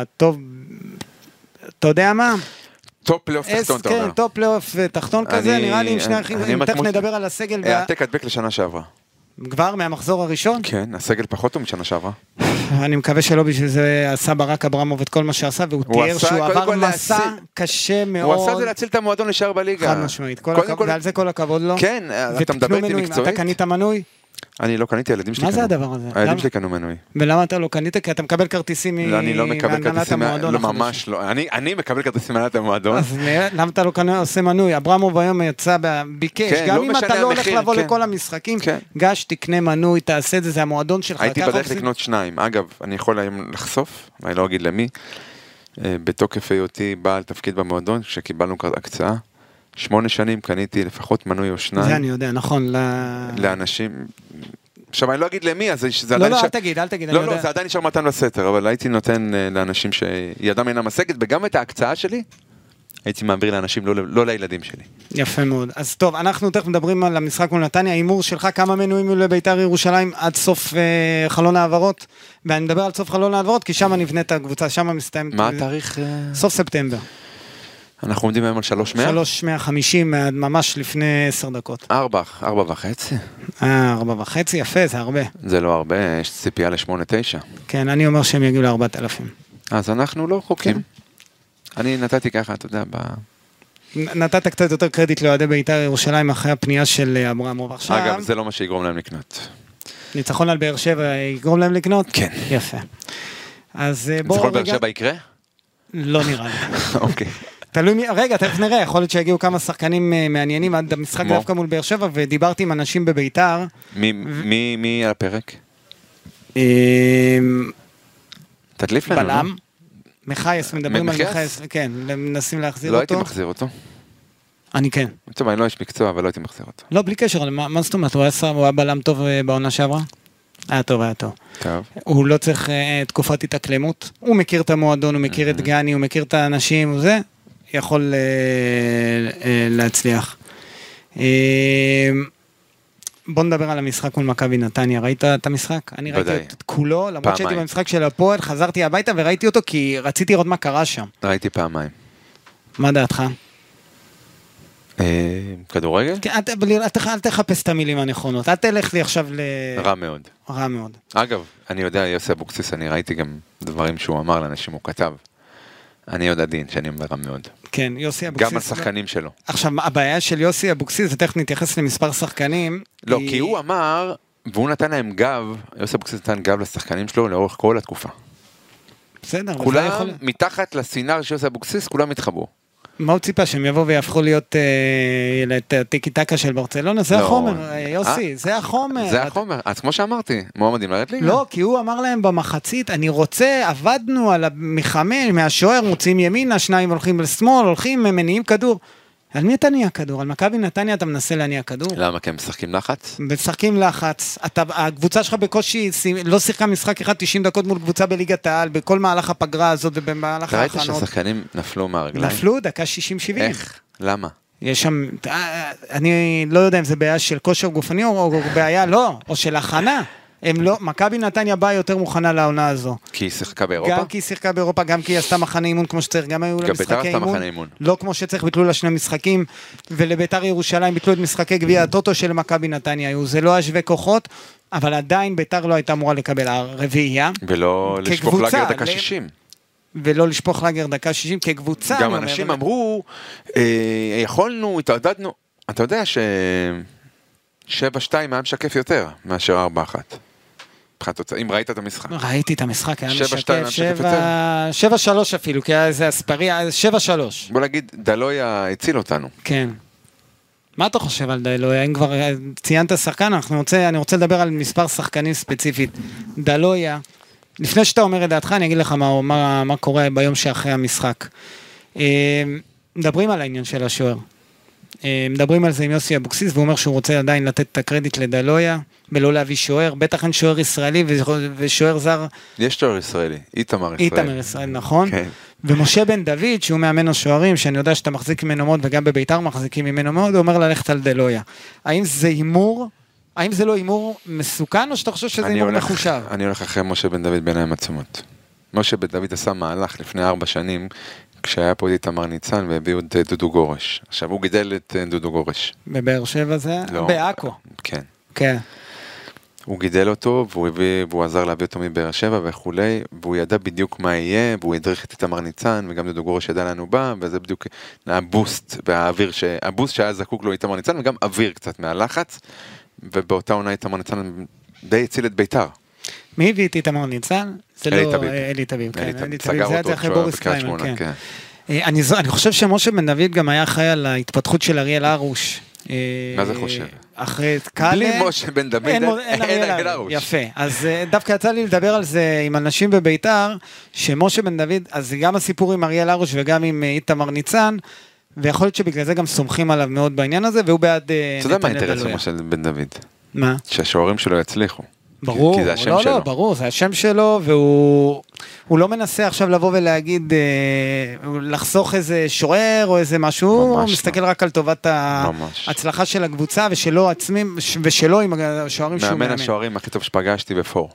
Speaker 1: אתה יודע מה?
Speaker 3: טופ פלייאוף תחתון, אתה אומר.
Speaker 1: כן, טופ פלייאוף תחתון כזה, נראה לי עם שני אחים, תכף נדבר על הסגל.
Speaker 3: העתק הדבק לשנה שעברה.
Speaker 1: כבר מהמחזור הראשון?
Speaker 3: כן, הסגל פחות טוב משנה שעברה.
Speaker 1: אני מקווה שלא בשביל זה עשה ברק אברמוב את כל מה שעשה, והוא תיאר שהוא עבר מסע קשה מאוד.
Speaker 3: הוא עשה זה להציל את המועדון להישאר בליגה.
Speaker 1: חד משמעית, ועל זה כל הכבוד לו.
Speaker 3: כן, אתה מדבר איתי מקצועית.
Speaker 1: אתה קנית מנוי?
Speaker 3: אני לא קניתי, הילדים שלי קנו.
Speaker 1: מה זה הדבר הזה?
Speaker 3: הילדים שלי קנו מנוי.
Speaker 1: ולמה אתה לא קנית? כי אתה מקבל כרטיסים מהנהלת המועדון.
Speaker 3: לא, ממש לא. אני מקבל כרטיסים מהנהלת המועדון.
Speaker 1: אז למה אתה לא עושה מנוי? אברמוב היום יצא, ביקש, גם אם אתה לא הולך לבוא לכל המשחקים, גש, תקנה מנוי, תעשה את זה, זה המועדון שלך.
Speaker 3: הייתי בדרך לקנות 2. אגב, אני יכול היום לחשוף, אני לא אגיד למי, בתוקף היותי בעל תפקיד במועדון, כשקיבלנו הקצאה, 8 שנים קניתי לפחות מנוי או 2.
Speaker 1: זה אני יודע, נכון.
Speaker 3: לאנשים, עכשיו אני לא אגיד למי, אז זה
Speaker 1: עדיין... לא, אל תגיד.
Speaker 3: לא, זה עדיין נשאר מתן בסתר, אבל הייתי נותן לאנשים שידם אינה משגת, וגם את ההקצאה שלי, הייתי מעביר לאנשים, לא לילדים שלי.
Speaker 1: יפה מאוד. אז טוב, אנחנו תכף מדברים על המשחק מול נתניה, האימור שלך, כמה מנויים יהיו לביתר ירושלים עד סוף חלון העברות, ואני מדבר על סוף חלון העברות, כי שם נבנית הקבוצה, שם מסתיים...
Speaker 3: מה התאריך?
Speaker 1: סוף ספטמבר.
Speaker 3: אנחנו עומדים היום על 300?
Speaker 1: 350, ממש לפני 10 דקות.
Speaker 3: 4.5.
Speaker 1: 4.5, יפה, זה הרבה.
Speaker 3: זה לא הרבה, יש ציפייה ל8-9.
Speaker 1: כן, אני אומר שהם יגיעו ל4,000.
Speaker 3: אז אנחנו לא חוקים. אני נתתי ככה, אתה יודע,
Speaker 1: נתת קצת יותר קרדיט לאוהדי בית"ר ירושלים אחרי הפנייה של אברמוב. עכשיו...
Speaker 3: אגב, זה לא מה שיגרום להם לקנות.
Speaker 1: ניצחון על באר שבע יגרום להם לקנות?
Speaker 3: כן.
Speaker 1: יפה. אז בואו...
Speaker 3: ניצחון באר שבע יקרה?
Speaker 1: לא נראה לי.
Speaker 3: אוקיי.
Speaker 1: תלוי, רגע, תכף נראה, יכול להיות שיגיעו כמה שחקנים מעניינים עד המשחק דווקא מול באר שבע, ודיברתי עם אנשים בביתר.
Speaker 3: מי על הפרק? תדליף לנו,
Speaker 1: בלם. מחייס, מדברים על מחייס, כן, מנסים להחזיר אותו.
Speaker 3: לא הייתי מחזיר אותו.
Speaker 1: אני כן.
Speaker 3: טוב, אני לא איש מקצוע, אבל לא הייתי מחזיר אותו.
Speaker 1: לא, בלי קשר, מה זאת אומרת, הוא היה בלם טוב בעונה שעברה? היה טוב. הוא לא צריך תקופת התאקלמות, הוא מכיר את המועדון, הוא מכיר את גני, הוא מכיר את האנשים, הוא זה, יכול להצליח. בוא נדבר על המשחק מול מכבי נתניה, ראית את המשחק? אני ראיתי את כולו, למרות שהייתי במשחק של הפועל, חזרתי הביתה וראיתי אותו כי רציתי לראות מה קרה שם.
Speaker 3: ראיתי פעמיים.
Speaker 1: מה דעתך?
Speaker 3: כדורגל?
Speaker 1: אל תחפש את המילים הנכונות, אל תלך לי עכשיו
Speaker 3: רע מאוד.
Speaker 1: רע מאוד.
Speaker 3: אגב, אני יודע, יוסי אבוקסיס, אני ראיתי גם דברים שהוא אמר לאנשים, הוא כתב. אני יודע דין שאני אומר רע מאוד.
Speaker 1: כן, יוסי אבוקסיס.
Speaker 3: גם השחקנים שלו.
Speaker 1: עכשיו, הבעיה של יוסי אבוקסיס, זה תכף נתייחס למספר שחקנים.
Speaker 3: לא, כי הוא אמר, והוא נתן להם גב, יוסי אבוקסיס נתן גב לשחקנים שלו לאורך כל התקופה.
Speaker 1: בסדר.
Speaker 3: כולם מתחת לסינר של יוסי אבוקסיס, כולם התחברו.
Speaker 1: מה הוא ציפה, שהם יבואו ויהפכו להיות טיקי טקה של ברצלונה? זה החומר, יוסי, זה החומר.
Speaker 3: זה החומר, אז כמו שאמרתי, מועמדים לרד ליגה.
Speaker 1: לא, כי הוא אמר להם במחצית, אני רוצה, עבדנו על מחמש, מהשוער, מוצאים ימינה, שניים הולכים לשמאל, הולכים, מניעים כדור. על מי אתה ניע כדור? על מכבי נתניה אתה מנסה להניע כדור?
Speaker 3: למה? כי הם משחקים לחץ?
Speaker 1: משחקים לחץ. הקבוצה שלך בקושי לא שיחקה משחק 90 דקות מול קבוצה בליגת העל, בכל מהלך הפגרה הזאת ובמהלך ההכנות.
Speaker 3: ראית שהשחקנים נפלו מהרגליים?
Speaker 1: נפלו, דקה 60-70.
Speaker 3: איך? למה?
Speaker 1: יש שם, אני לא יודע אם זה בעיה של כושר גופני או בעיה, לא, או של הכנה. הם לא, מכבי נתניה באה יותר מוכנה לעונה הזו.
Speaker 3: כי היא שיחקה באירופה?
Speaker 1: גם כי היא שיחקה באירופה, גם כי היא עשתה מחנה אימון כמו שצריך, גם היו לה משחקי אימון. לא כמו שצריך, ביטלו לה שני משחקים, ולביתר ירושלים ביטלו את משחקי גביע הטוטו של מכבי נתניה היו. זה לא השווה כוחות, אבל עדיין ביתר לא הייתה אמורה לקבל הרביעייה.
Speaker 3: ולא לשפוך לאגר דקה 60.
Speaker 1: ולא לשפוך לאגר דקה 60 כקבוצה.
Speaker 3: גם אנשים אמרו, יכולנו, התעדדנו. אתה יודע ש7-2 היה משקף יותר מאשר 4-1. אם ראית את המשחק.
Speaker 1: ראיתי את המשחק, היה
Speaker 3: משקף
Speaker 1: 7-3 אפילו, כי זה אספריה, 7-3.
Speaker 3: בוא נגיד, דלויה הציל אותנו.
Speaker 1: כן. מה אתה חושב על דלויה? אם כבר ציינת שחקן, אני רוצה לדבר על מספר שחקנים ספציפית. דלויה, לפני שאתה אומר את דעתך, אני אגיד לך מה קורה ביום שאחרי המשחק. מדברים על העניין של השוער. מדברים על זה עם יוסי אבוקסיס, והוא אומר שהוא רוצה עדיין לתת את הקרדיט לדלויה, ולא להביא שוער, בטח אין שוער ישראלי ושוער זר.
Speaker 3: יש שוער ישראלי, איתמר ישראלי.
Speaker 1: איתמר ישראלי, נכון.
Speaker 3: כן.
Speaker 1: ומשה בן דוד, שהוא מאמן השוערים, שאני יודע שאתה מחזיק ממנו מאוד, וגם בביתר מחזיקים ממנו מאוד, הוא אומר ללכת על דלויה. האם זה הימור? האם זה לא הימור מסוכן, או שאתה חושב שזה הימור מחושב?
Speaker 3: אני הולך אחרי משה בן דוד בעיניים עצומות. משה בן דוד עשה מהלך לפני 4 שנים, כשהיה פה איתמר ניצן והביאו את דודו גורש. עכשיו הוא גידל את דודו גורש.
Speaker 1: בבאר שבע זה?
Speaker 3: לא.
Speaker 1: בעכו.
Speaker 3: כן.
Speaker 1: כן.
Speaker 3: הוא גידל אותו, והוא עזר להביא אותו מבאר שבע וכולי, והוא ידע בדיוק מה יהיה, והוא הדריך את איתמר ניצן, וגם דודו גורש ידע לנו בה, וזה בדיוק הבוסט, הבוסט שהיה זקוק לו איתמר ניצן, וגם אוויר קצת מהלחץ, ובאותה עונה איתמר ניצן די הציל את ביתר.
Speaker 1: מי הביא את איתמר ניצן? זה לא אלי טביב, כן.
Speaker 3: סגר אותו כשהוא בקריית שמונה, כן.
Speaker 1: אני חושב שמשה בן דוד גם היה חי על ההתפתחות של אריאל הרוש.
Speaker 3: מה זה חושב?
Speaker 1: אחרי קאלה.
Speaker 3: בלי משה בן דוד אין אריאל הרוש.
Speaker 1: יפה. אז דווקא יצא לי לדבר על זה עם אנשים בביתר, שמשה בן דוד, אז זה גם הסיפור עם אריאל הרוש וגם עם איתמר ניצן, ויכול להיות שבגלל זה גם סומכים עליו מאוד בעניין הזה, והוא בעד
Speaker 3: אתה יודע מה האינטרס של משה בן דוד?
Speaker 1: מה?
Speaker 3: שהשוערים שלו יצליחו.
Speaker 1: ברור, לא, ברור, זה השם שלו, והוא לא מנסה עכשיו לבוא ולהגיד, לחסוך איזה שוער או איזה משהו, הוא מסתכל רק על טובת ההצלחה של הקבוצה, ושלו עצמים, ושלו עם השוערים שהוא מאמן.
Speaker 3: מאמן השוערים הכי טוב שפגשתי בפור.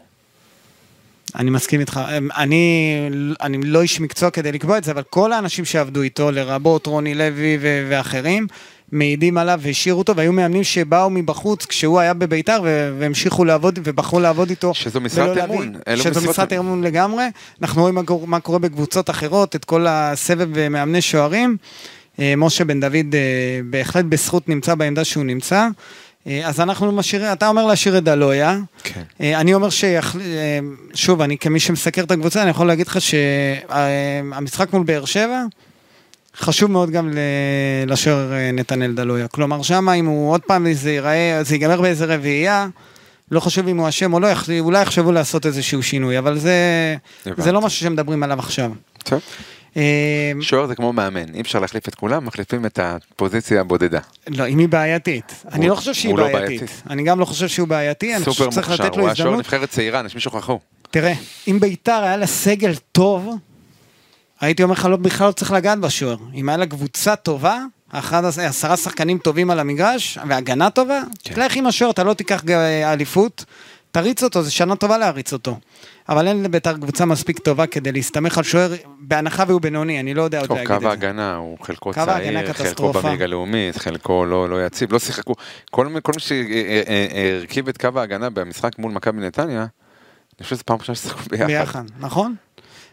Speaker 1: אני מסכים איתך, אני לא איש מקצוע כדי לקבוע את זה, אבל כל האנשים שעבדו איתו, לרבות רוני לוי ואחרים, מעידים עליו והשאירו אותו, והיו מאמנים שבאו מבחוץ כשהוא היה בביתר, והמשיכו לעבוד ובחרו לעבוד איתו.
Speaker 3: שזו משרת אמון.
Speaker 1: שזו משרת אמון לגמרי. אנחנו רואים מה קורה בקבוצות אחרות, את כל הסבב מאמני שוערים. משה בן דוד בהחלט בזכות נמצא בעמדה שהוא נמצא. אז אנחנו משאירים, אתה אומר להשאיר את דלויה.
Speaker 3: כן.
Speaker 1: אני אומר שוב, אני כמי שמסקר את הקבוצה, אני יכול להגיד לך שהמשחק מול באר שבע, חשוב מאוד גם לשוער נתנאל דלויה. כלומר, שמה אם הוא עוד פעם זה ייראה, זה ייגמר באיזה רביעייה, לא חשוב אם הוא אשם או לא, אולי יחשבו לעשות איזשהו שינוי, אבל זה לא משהו שמדברים עליו עכשיו.
Speaker 3: טוב. שוער זה כמו מאמן, אי אפשר להחליף את כולם, מחליפים את הפוזיציה הבודדה.
Speaker 1: לא, אם היא בעייתית. אני לא חושב שהיא בעייתית. אני גם לא חושב שהוא בעייתי, אני חושב שצריך לתת לו הזדמנות.
Speaker 3: הוא השוער נבחרת צעירה, אנשים שוכחו.
Speaker 1: תראה, אם ביתר היה לה סגל טוב, הייתי אומר לך, בכלל לא צריך לגעת בשוער. אם היה לה קבוצה טובה, 10 שחקנים טובים על המגרש, והגנה טובה, תלך עם השוער, אתה לא תיקח אליפות, תריץ אותו, זה שנה טובה להריץ אותו. אבל אין לביתר קבוצה מספיק טובה כדי להסתמך על שוער, בהנחה והוא בינוני, אני לא יודע עוד להגיד את זה.
Speaker 3: קו ההגנה הוא חלקו צעיר, חלקו בליגה לאומית, חלקו לא יציב, לא שיחקו. כל מי שהרכיב את קו ההגנה במשחק מול מכבי נתניה, אני חושב שזה פעם ראשונה ששיחקו ביחד.
Speaker 1: נכון.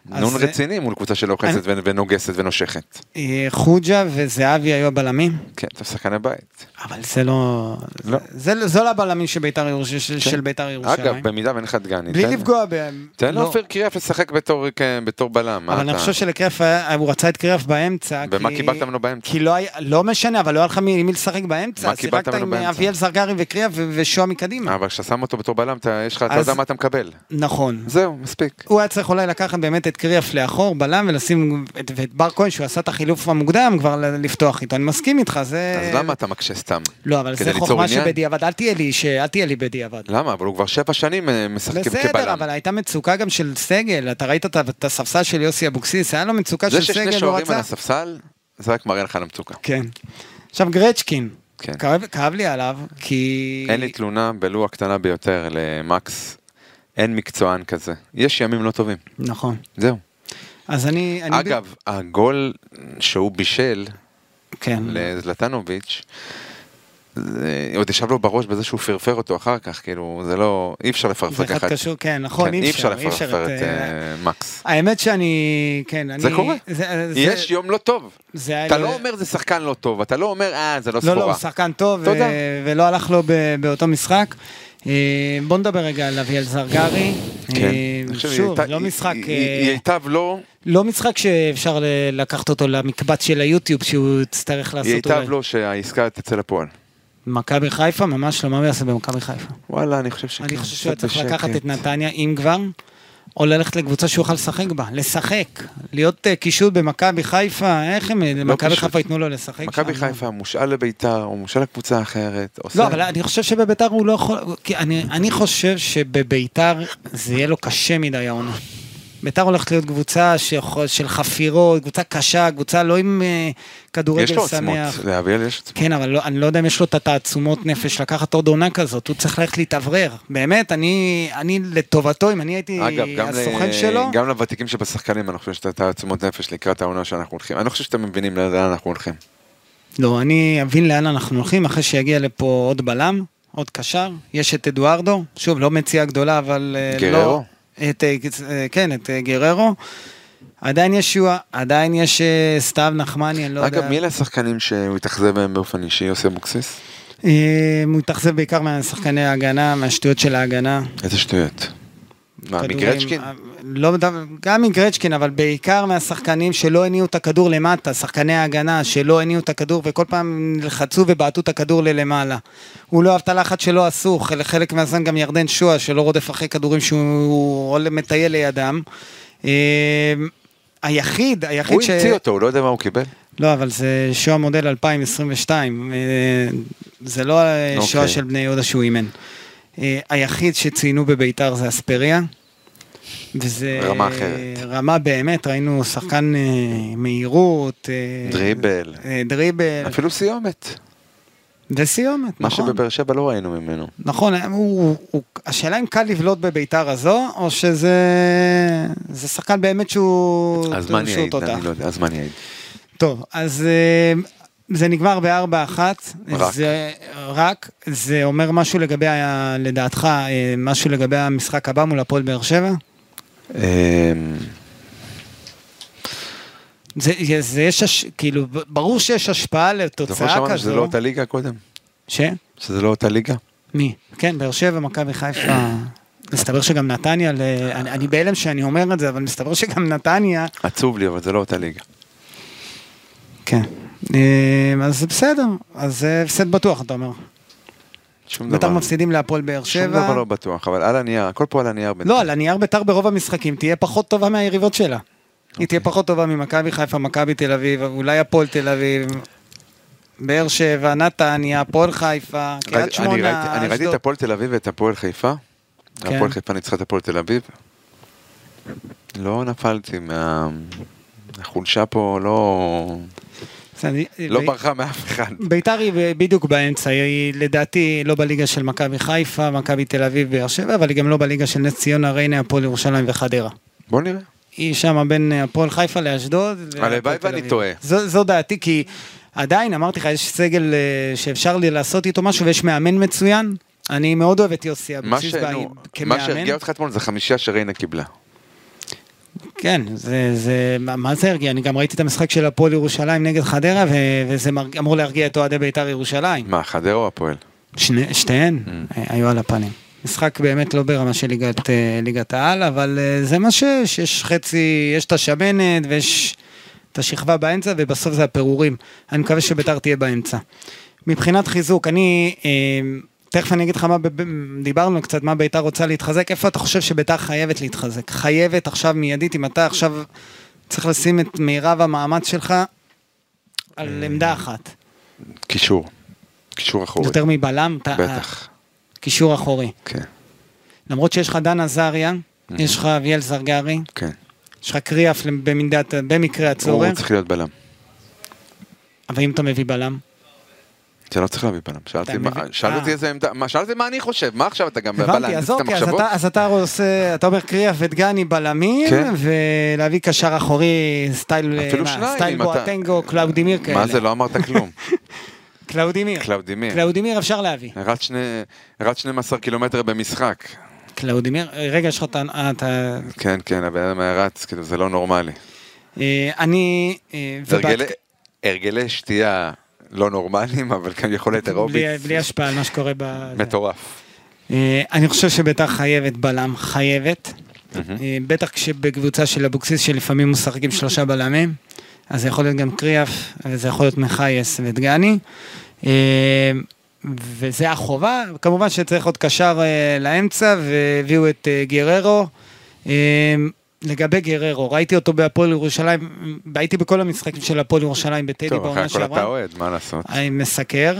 Speaker 3: נון רציני מול קבוצה שלוחצת ונוגסת ונושכת.
Speaker 1: חוג'ה וזהבי היו הבלמים.
Speaker 3: כן, אתה שחקני בית.
Speaker 1: אבל זה לא... זו לא הבלמים של בית"ר ירושלים.
Speaker 3: אגב, במידה ואין לך דגני.
Speaker 1: בלי לפגוע בהם.
Speaker 3: תן לו אופיר קריאף לשחק בתור בלם.
Speaker 1: אבל אני חושב שלקריאף, הוא רצה את קריאף באמצע.
Speaker 3: ומה קיבלת ממנו באמצע?
Speaker 1: כי לא משנה, אבל לא היה לך מי לשחק באמצע.
Speaker 3: מה קיבלת ממנו באמצע?
Speaker 1: אביאל זרגרי וקריאף ושועה מקדימה.
Speaker 3: אבל כשאתה שם אותו בתור בלם, אתה לא יודע מה אתה מקבל.
Speaker 1: נכון.
Speaker 3: זהו, מספיק.
Speaker 1: הוא היה צריך אולי לקחת באמת את קריאף לאחור, בלם, ולשים את בר כהן, שהוא עשה את החילוף המוקדם, כבר לפתוח איתו. אני מסכים איתך, זה...
Speaker 3: אז למה אתה מקשה סתם?
Speaker 1: לא, אבל זה חוכמה שבדיעבד, אל תהיה לי בדיעבד.
Speaker 3: למה? אבל הוא כבר 7 שנים משחק כבלם.
Speaker 1: בסדר, אבל הייתה מצוקה גם של סגל, אתה ראית את הספסל של יוסי אבוקסיס, היה לו מצוקה של סגל,
Speaker 3: זה ששני שוערים על הספסל, זה רק מראה לך על המצוקה.
Speaker 1: כן. עכשיו גרצ'קין, כאב לי עליו, כי...
Speaker 3: אין לי תלונה, בלו הקטנה ביותר למקס, אין מקצוען כזה. יש ימים לא טובים.
Speaker 1: נכון.
Speaker 3: זהו.
Speaker 1: אז אני...
Speaker 3: אגב, הגול שהוא בישל,
Speaker 1: כן.
Speaker 3: לזלטנוביץ', עוד ישב לו בראש בזה שהוא פרפר אותו אחר כך, כאילו, זה לא, אי אפשר לפרפר ככה.
Speaker 1: זה אחד קשור, כן, נכון,
Speaker 3: אי אפשר לפרפר את מקס.
Speaker 1: האמת שאני, כן,
Speaker 3: זה קורה. יש יום לא טוב. אתה לא אומר זה שחקן לא טוב, אתה לא אומר, זה לא סחורה.
Speaker 1: לא, הוא שחקן טוב, ולא הלך לו באותו משחק. בוא נדבר רגע על אביאל זרגרי. שוב, לא משחק...
Speaker 3: ייטב לא...
Speaker 1: לא משחק שאפשר לקחת אותו למקבץ של היוטיוב, שהוא יצטרך לעשות אולי.
Speaker 3: ייטב לו שהעסקה תצא לפועל.
Speaker 1: מכבי חיפה, ממש לא, מה הוא יעשה במכבי חיפה?
Speaker 3: וואלה, אני חושב שכן.
Speaker 1: אני חושב שהוא צריך לקחת את נתניה, אם כבר, או ללכת לקבוצה שהוא יוכל לשחק בה, לשחק, להיות קישוט במכבי חיפה, איך הם, מכבי חיפה ייתנו לו לשחק?
Speaker 3: מכבי חיפה מושאל לביתר, או מושאל לקבוצה אחרת.
Speaker 1: לא, אבל אני חושב שבביתר הוא לא יכול, אני חושב שבביתר זה יהיה לו קשה מדי העונה. ביתר הולכת להיות קבוצה של חפירות, קבוצה קשה, קבוצה לא עם כדורגל שמח.
Speaker 3: יש לו עצמות, לאביאל יש עצמות.
Speaker 1: כן, אבל אני לא יודע אם יש לו את התעצומות נפש לקחת עוד עונה כזאת, הוא צריך ללכת להתאוורר. באמת, אני לטובתו, אם אני הייתי הסוכן שלו...
Speaker 3: גם לוותיקים שבשחקנים, אני חושב שאתה תעצומות נפש לקראת העונה שאנחנו הולכים. אני חושב שאתם מבינים לאן אנחנו הולכים.
Speaker 1: לא, אני אבין לאן אנחנו הולכים, אחרי שיגיע לפה עוד בלם, עוד קשר. יש את אדוארדו, שוב, לא מציאה גדולה, אבל
Speaker 3: גררו.
Speaker 1: כן, את גררו. עדיין יש שואה, עדיין יש סתיו נחמני, אני לא יודע.
Speaker 3: אגב, מי אלה השחקנים שהוא התאכזב בהם באופן אישי, יוסי אבוקסיס?
Speaker 1: הוא התאכזב בעיקר מהשחקני ההגנה, מהשטויות של ההגנה.
Speaker 3: איזה שטויות? מה, מגרצ'קין?
Speaker 1: לא, גם מגרצ'קין, אבל בעיקר מהשחקנים שלא הניעו את הכדור למטה, שחקני ההגנה שלא הניעו את הכדור, וכל פעם לחצו ובעטו את הכדור ללמעלה. הוא לא אהב את הלחץ שלא עשו, חלק מהזמן גם ירדן שואה, שלא רודף אחרי כדורים שהוא מטייל לידם. היחיד
Speaker 3: הוא המציא אותו, הוא לא יודע מה הוא קיבל.
Speaker 1: לא, אבל זה שואה מודל 2022, זה לא שואה של בני יהודה שהוא אימן. היחיד שציינו בביתר זה אספריה, וזה
Speaker 3: רמה אחרת.
Speaker 1: רמה באמת, ראינו שחקן מהירות, דריבל.
Speaker 3: אפילו סיומת.
Speaker 1: וסיומת,
Speaker 3: מה
Speaker 1: נכון.
Speaker 3: שבבאר שבע לא ראינו ממנו.
Speaker 1: נכון, השאלה אם קל לבלוט בביתר הזו, או שזה שחקן באמת שהוא...
Speaker 3: הזמן יעיד, אני לא יודע, הזמן יעיד.
Speaker 1: טוב, אז... זה נגמר ב4-1, זה אומר משהו לגבי, לדעתך, משהו לגבי המשחק הבא מול הפועל באר שבע? כאילו, ברור שיש השפעה לתוצאה כזו. זוכר שמענו
Speaker 3: שזה לא אותה ליגה קודם? שזה לא אותה ליגה?
Speaker 1: מי? כן, באר שבע, מכבי חיפה, מסתבר שגם נתניה, אני בהלם שאני אומר את זה, אבל מסתבר שגם נתניה...
Speaker 3: עצוב לי, אבל זה לא אותה ליגה.
Speaker 1: כן. אז זה בסדר, אז זה הפסד בטוח, אתה אומר.
Speaker 3: שום דבר.
Speaker 1: ביתר מפסידים להפועל באר שבע.
Speaker 3: שום דבר לא בטוח, אבל על הנייר, הכל פה על הנייר.
Speaker 1: לא, על הנייר ביתר ברוב המשחקים תהיה פחות טובה מהיריבות שלה. היא תהיה פחות טובה ממכבי חיפה, מכבי תל אביב, אולי הפועל תל אביב, באר שבע, נתניה, הפועל חיפה, קריית שמונה.
Speaker 3: אני ראיתי את הפועל תל אביב ואת הפועל חיפה. הפועל חיפה ניצחה את הפועל תל אביב. לא נפלתי מהחולשה פה, לא ברחה מאף אחד.
Speaker 1: ביתר היא בדיוק באמצע, היא לדעתי לא בליגה של מכבי חיפה, מכבי תל אביב באר שבע, אבל היא גם לא בליגה של נס ציונה, ריינה, הפועל ירושלים וחדרה.
Speaker 3: בוא נראה.
Speaker 1: היא שם בין הפועל חיפה לאשדוד.
Speaker 3: הלוואי ואני טועה.
Speaker 1: זו דעתי, כי עדיין אמרתי לך, יש סגל שאפשר לי לעשות איתו משהו, ויש מאמן מצוין. אני מאוד אוהב את יוסי אבוקסיס כמאמן.
Speaker 3: מה שהרגיע אותך אתמול זה 5 שריינה קיבלה.
Speaker 1: כן, מה זה הרגיע? אני גם ראיתי את המשחק של הפועל ירושלים נגד חדרה, וזה אמור להרגיע את אוהדי בית"ר ירושלים.
Speaker 3: מה, חדרה או הפועל?
Speaker 1: שתיהן היו על הפנים. משחק באמת לא ברמה של ליגת העל, אבל זה מה שיש חצי, יש את השמנת ויש את השכבה באמצע, ובסוף זה הפירורים. אני מקווה שבית"ר תהיה באמצע. מבחינת חיזוק, תכף אני אגיד לך דיברנו קצת מה בית"ר רוצה להתחזק, איפה אתה חושב שבית"ר חייבת להתחזק? חייבת עכשיו מיידית, אם אתה עכשיו צריך לשים את מירב המאמץ שלך על עמדה אחת.
Speaker 3: קישור אחורי.
Speaker 1: יותר מבלם?
Speaker 3: בטח.
Speaker 1: קישור אחורי.
Speaker 3: כן.
Speaker 1: למרות שיש לך דן עזריה, יש לך אביאל זרגרי,
Speaker 3: כן.
Speaker 1: יש לך קריאף במקרה הצורך.
Speaker 3: הוא צריך להיות בלם. אבל
Speaker 1: אם אתה מביא בלם?
Speaker 3: אתה לא צריך להביא בלם. שאלתי איזה עמדה, שאלתי מה אני חושב, מה עכשיו אתה גם בלם?
Speaker 1: הבנתי, אז אוקיי, אז אתה אומר קריאף ודגני בלמים, ולהביא קשר אחורי סטייל בואטנגו, קלאודימיר כאלה.
Speaker 3: מה זה, לא אמרת כלום.
Speaker 1: קלאודימיר אפשר להביא.
Speaker 3: רץ 12 קילומטר במשחק.
Speaker 1: קלאודימיר, רגע, יש לך אתה...
Speaker 3: כן, הבן רץ, זה לא נורמלי. הרגלי שתייה לא נורמליים, אבל גם יכולת אירובית.
Speaker 1: בלי השפעה על מה שקורה
Speaker 3: מטורף.
Speaker 1: אני חושב שבית"ר חייבת בלם, חייבת. בטח כשבקבוצה של אבוקסיס, שלפעמים משחקים 3 בלמים, אז זה יכול להיות גם קריאף, וזה יכול להיות מחייס ודגני. וזה החובה, כמובן שצריך עוד קשר לאמצע, והביאו את גררו. לגבי גררו, ראיתי אותו בהפועל ירושלים, הייתי בכל המשחקים של הפועל ירושלים בטדי בעונה שעברה.
Speaker 3: טוב, אחרי הכל אתה אוהד, מה לעשות?
Speaker 1: אני מסקר,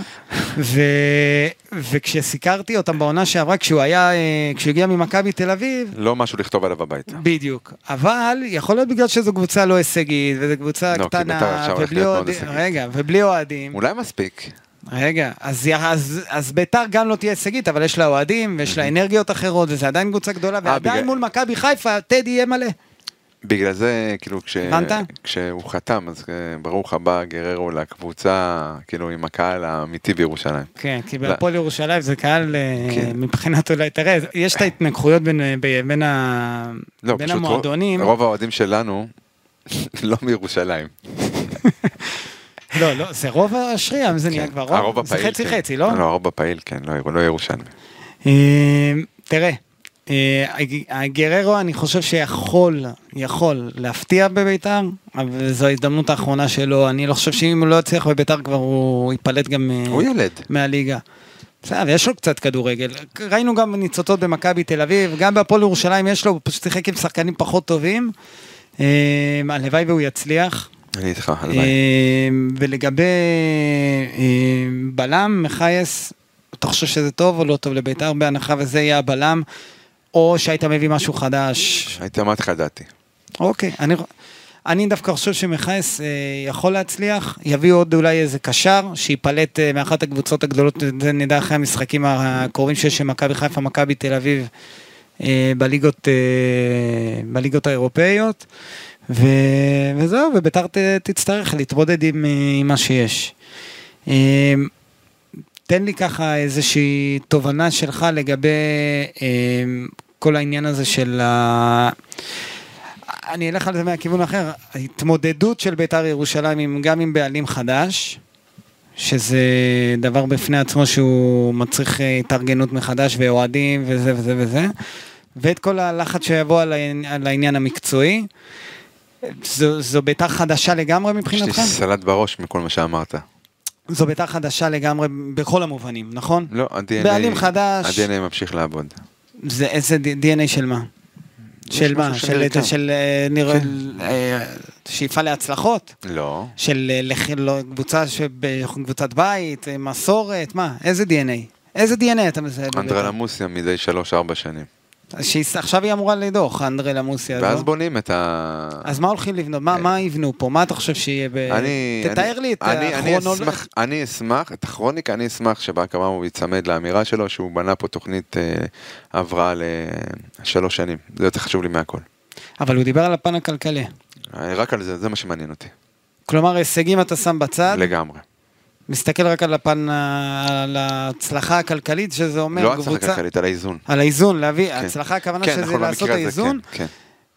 Speaker 1: וכשסיקרתי אותם בעונה שעברה, כשהוא הגיע ממכבי תל אביב...
Speaker 3: לא משהו לכתוב עליו הביתה.
Speaker 1: בדיוק, אבל יכול להיות בגלל שזו קבוצה לא הישגית, וזו קבוצה קטנה, ובלי אוהדים.
Speaker 3: אולי מספיק.
Speaker 1: רגע, אז בית"ר גם לא תהיה הישגית, אבל יש לה אוהדים, ויש לה אנרגיות אחרות, וזה עדיין קבוצה גדולה, ועדיין מול מכבי חיפה, טדי יהיה מלא.
Speaker 3: בגלל זה, כאילו, כשהוא חתם, אז ברוך הבא גררו לקבוצה, כאילו, עם הקהל האמיתי בירושלים.
Speaker 1: כן, כי בהפועל ירושלים זה קהל מבחינת אולי, תראה, יש את ההתנגחויות בין המועדונים.
Speaker 3: רוב האוהדים שלנו לא מירושלים.
Speaker 1: לא, זה רוב השריעה, זה נהיה כבר רוב, זה חצי, לא?
Speaker 3: לא, הרוב הפעיל, כן, לא ירושלמי.
Speaker 1: תראה, גררו אני חושב שיכול להפתיע בבית"ר, אבל זו ההזדמנות האחרונה שלו, אני לא חושב שאם הוא לא יצליח בבית"ר כבר הוא ייפלט גם מהליגה. בסדר, יש לו קצת כדורגל, ראינו גם ניצוצות במכבי תל אביב, גם בהפועל ירושלים יש לו, הוא פשוט שיחק עם שחקנים פחות טובים, הלוואי והוא יצליח.
Speaker 3: אני איתך, הלוואי.
Speaker 1: ולגבי בלם, מחייס, אתה חושב שזה טוב או לא טוב לבית"ר, בהנחה וזה יהיה הבלם, או שהיית מביא משהו חדש?
Speaker 3: הייתי אמרת לך דעתי.
Speaker 1: אוקיי, אני דווקא חושב שמחייס יכול להצליח, יביא עוד אולי איזה קשר, שיפלט מאחת הקבוצות הגדולות, זה נדע אחרי המשחקים הקרובים שיש מכבי חיפה, מכבי תל אביב, בליגות האירופאיות, וזהו, ובית"ר תצטרך להתמודד עם מה שיש. תן לי ככה איזושהי תובנה שלך לגבי כל העניין הזה של אני אלך על זה מהכיוון אחר, ההתמודדות של בית"ר ירושלים גם עם בעלים חדש, שזה דבר בפני עצמו שהוא מצריך התארגנות מחדש ואוהדים וזה וזה וזה, ואת כל הלחץ שיבוא על העניין המקצועי, זו בית"ר חדשה לגמרי מבחינתך?
Speaker 3: יש לי סלט בראש מכל מה שאמרת.
Speaker 1: זו בית"ר חדשה לגמרי בכל המובנים, נכון?
Speaker 3: לא,
Speaker 1: בעלים חדש.
Speaker 3: ה-DNA ממשיך לעבוד.
Speaker 1: זה איזה DNA של מה? של מה? של שאיפה להצלחות?
Speaker 3: לא.
Speaker 1: של קבוצת בית, מסורת, מה? איזה DNA? איזה DNA אתה מזהה בבית"ר?
Speaker 3: אנדרלה מוסיה מדי 3-4 שנים.
Speaker 1: עכשיו היא אמורה לדוח, אנדרלה מוסיה.
Speaker 3: ואז בונים את ה...
Speaker 1: אז מה הולכים לבנות? מה יבנו פה? מה אתה חושב שיהיה ב... תתאר לי את הכרונולוגיה.
Speaker 3: אני אשמח, את הכרוניקה, אני אשמח שברק אברמוב יצמד לאמירה שלו, שהוא בנה פה תוכנית עברה ל3 שנים. זה יותר חשוב לי מהכל.
Speaker 1: אבל הוא דיבר על הפן הכלכלי.
Speaker 3: רק על זה, זה מה שמעניין אותי.
Speaker 1: כלומר, הישגים אתה שם בצד?
Speaker 3: לגמרי.
Speaker 1: מסתכל רק על הפן, על ההצלחה הכלכלית, שזה אומר...
Speaker 3: לא הצלחה הכלכלית, על האיזון.
Speaker 1: על האיזון, להביא, הצלחה הכוונה שזה לעשות האיזון.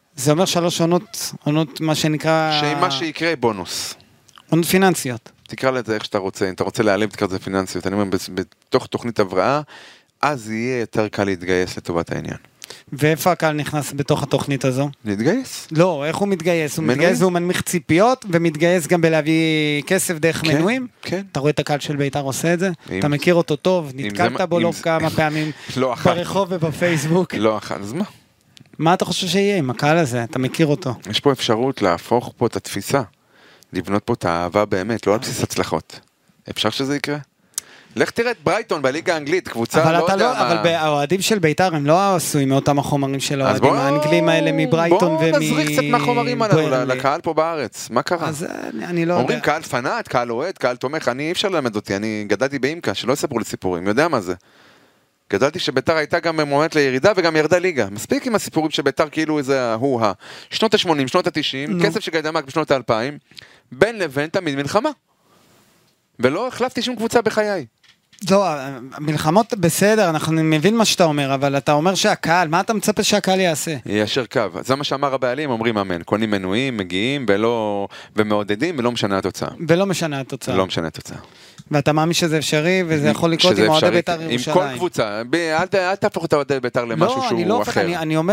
Speaker 1: זה אומר 3 עונות מה שנקרא...
Speaker 3: שמה שיקרה בונוס.
Speaker 1: עונות פיננסיות.
Speaker 3: תקרא לזה איך שאתה רוצה, אם אתה רוצה להעליב, תקרא לזה פיננסיות. אני אומר, בתוך תוכנית הבראה, אז יהיה יותר קל להתגייס לטובת העניין.
Speaker 1: ואיפה הקהל נכנס בתוך התוכנית הזו?
Speaker 3: להתגייס?
Speaker 1: לא, איך הוא מתגייס? הוא מתגייס והוא מנמיך ציפיות, ומתגייס גם בלהביא כסף דרך מנויים?
Speaker 3: כן.
Speaker 1: אתה רואה את הקהל של בית"ר עושה את זה? אתה מכיר אותו טוב? נתקלת בו לא כמה פעמים ברחוב ובפייסבוק?
Speaker 3: לא אחת, אז מה?
Speaker 1: מה אתה חושב שיהיה עם הקהל הזה? אתה מכיר אותו?
Speaker 3: יש פה אפשרות להפוך פה את התפיסה, לבנות פה את האהבה באמת, לא על בסיס הצלחות. אפשר שזה יקרה? לך תראה את ברייטון בליגה האנגלית, קבוצה לא יודע מה...
Speaker 1: אבל האוהדים של בית"ר הם לא עשויים מאותם החומרים של האוהדים האנגלים האלה מברייטון
Speaker 3: בוא נזריק קצת מהחומרים הללו לקהל פה בארץ, מה קרה?
Speaker 1: אז אני לא יודע.
Speaker 3: אומרים קהל פנאט, קהל אוהד, קהל תומך, אי אפשר ללמד אותי, אני גדלתי באימקה, שלא יספרו לי סיפורים, יודע מה זה? גדלתי שבית"ר הייתה גם מועמדת לירידה וגם ירדה ליגה. מספיק עם הסיפורים שבית"ר כאילו איזה הוא שנות ה-80, שנות ה-90, כסף שגדמק בשנות ה-2000, בין לבין תמיד מלחמה. ולא החלפתי שום קבוצה בחיי.
Speaker 1: לא, מלחמות בסדר, אנחנו מבין מה שאתה אומר, אבל אתה אומר שהקהל, מה אתה מצפה שהקהל יעשה?
Speaker 3: יישר קו. זה מה שאמר הבעלים, אומרים אמן. קונים מנויים, מגיעים, ומעודדים, ולא משנה התוצאה.
Speaker 1: ולא משנה התוצאה.
Speaker 3: לא משנה התוצאה.
Speaker 1: ואתה מאמין שזה אפשרי, וזה יכול לקרות עם אוהדי בית"ר ירושלים.
Speaker 3: עם כל קבוצה, אל תהפוך את אוהדי בית"ר למשהו שהוא אחר.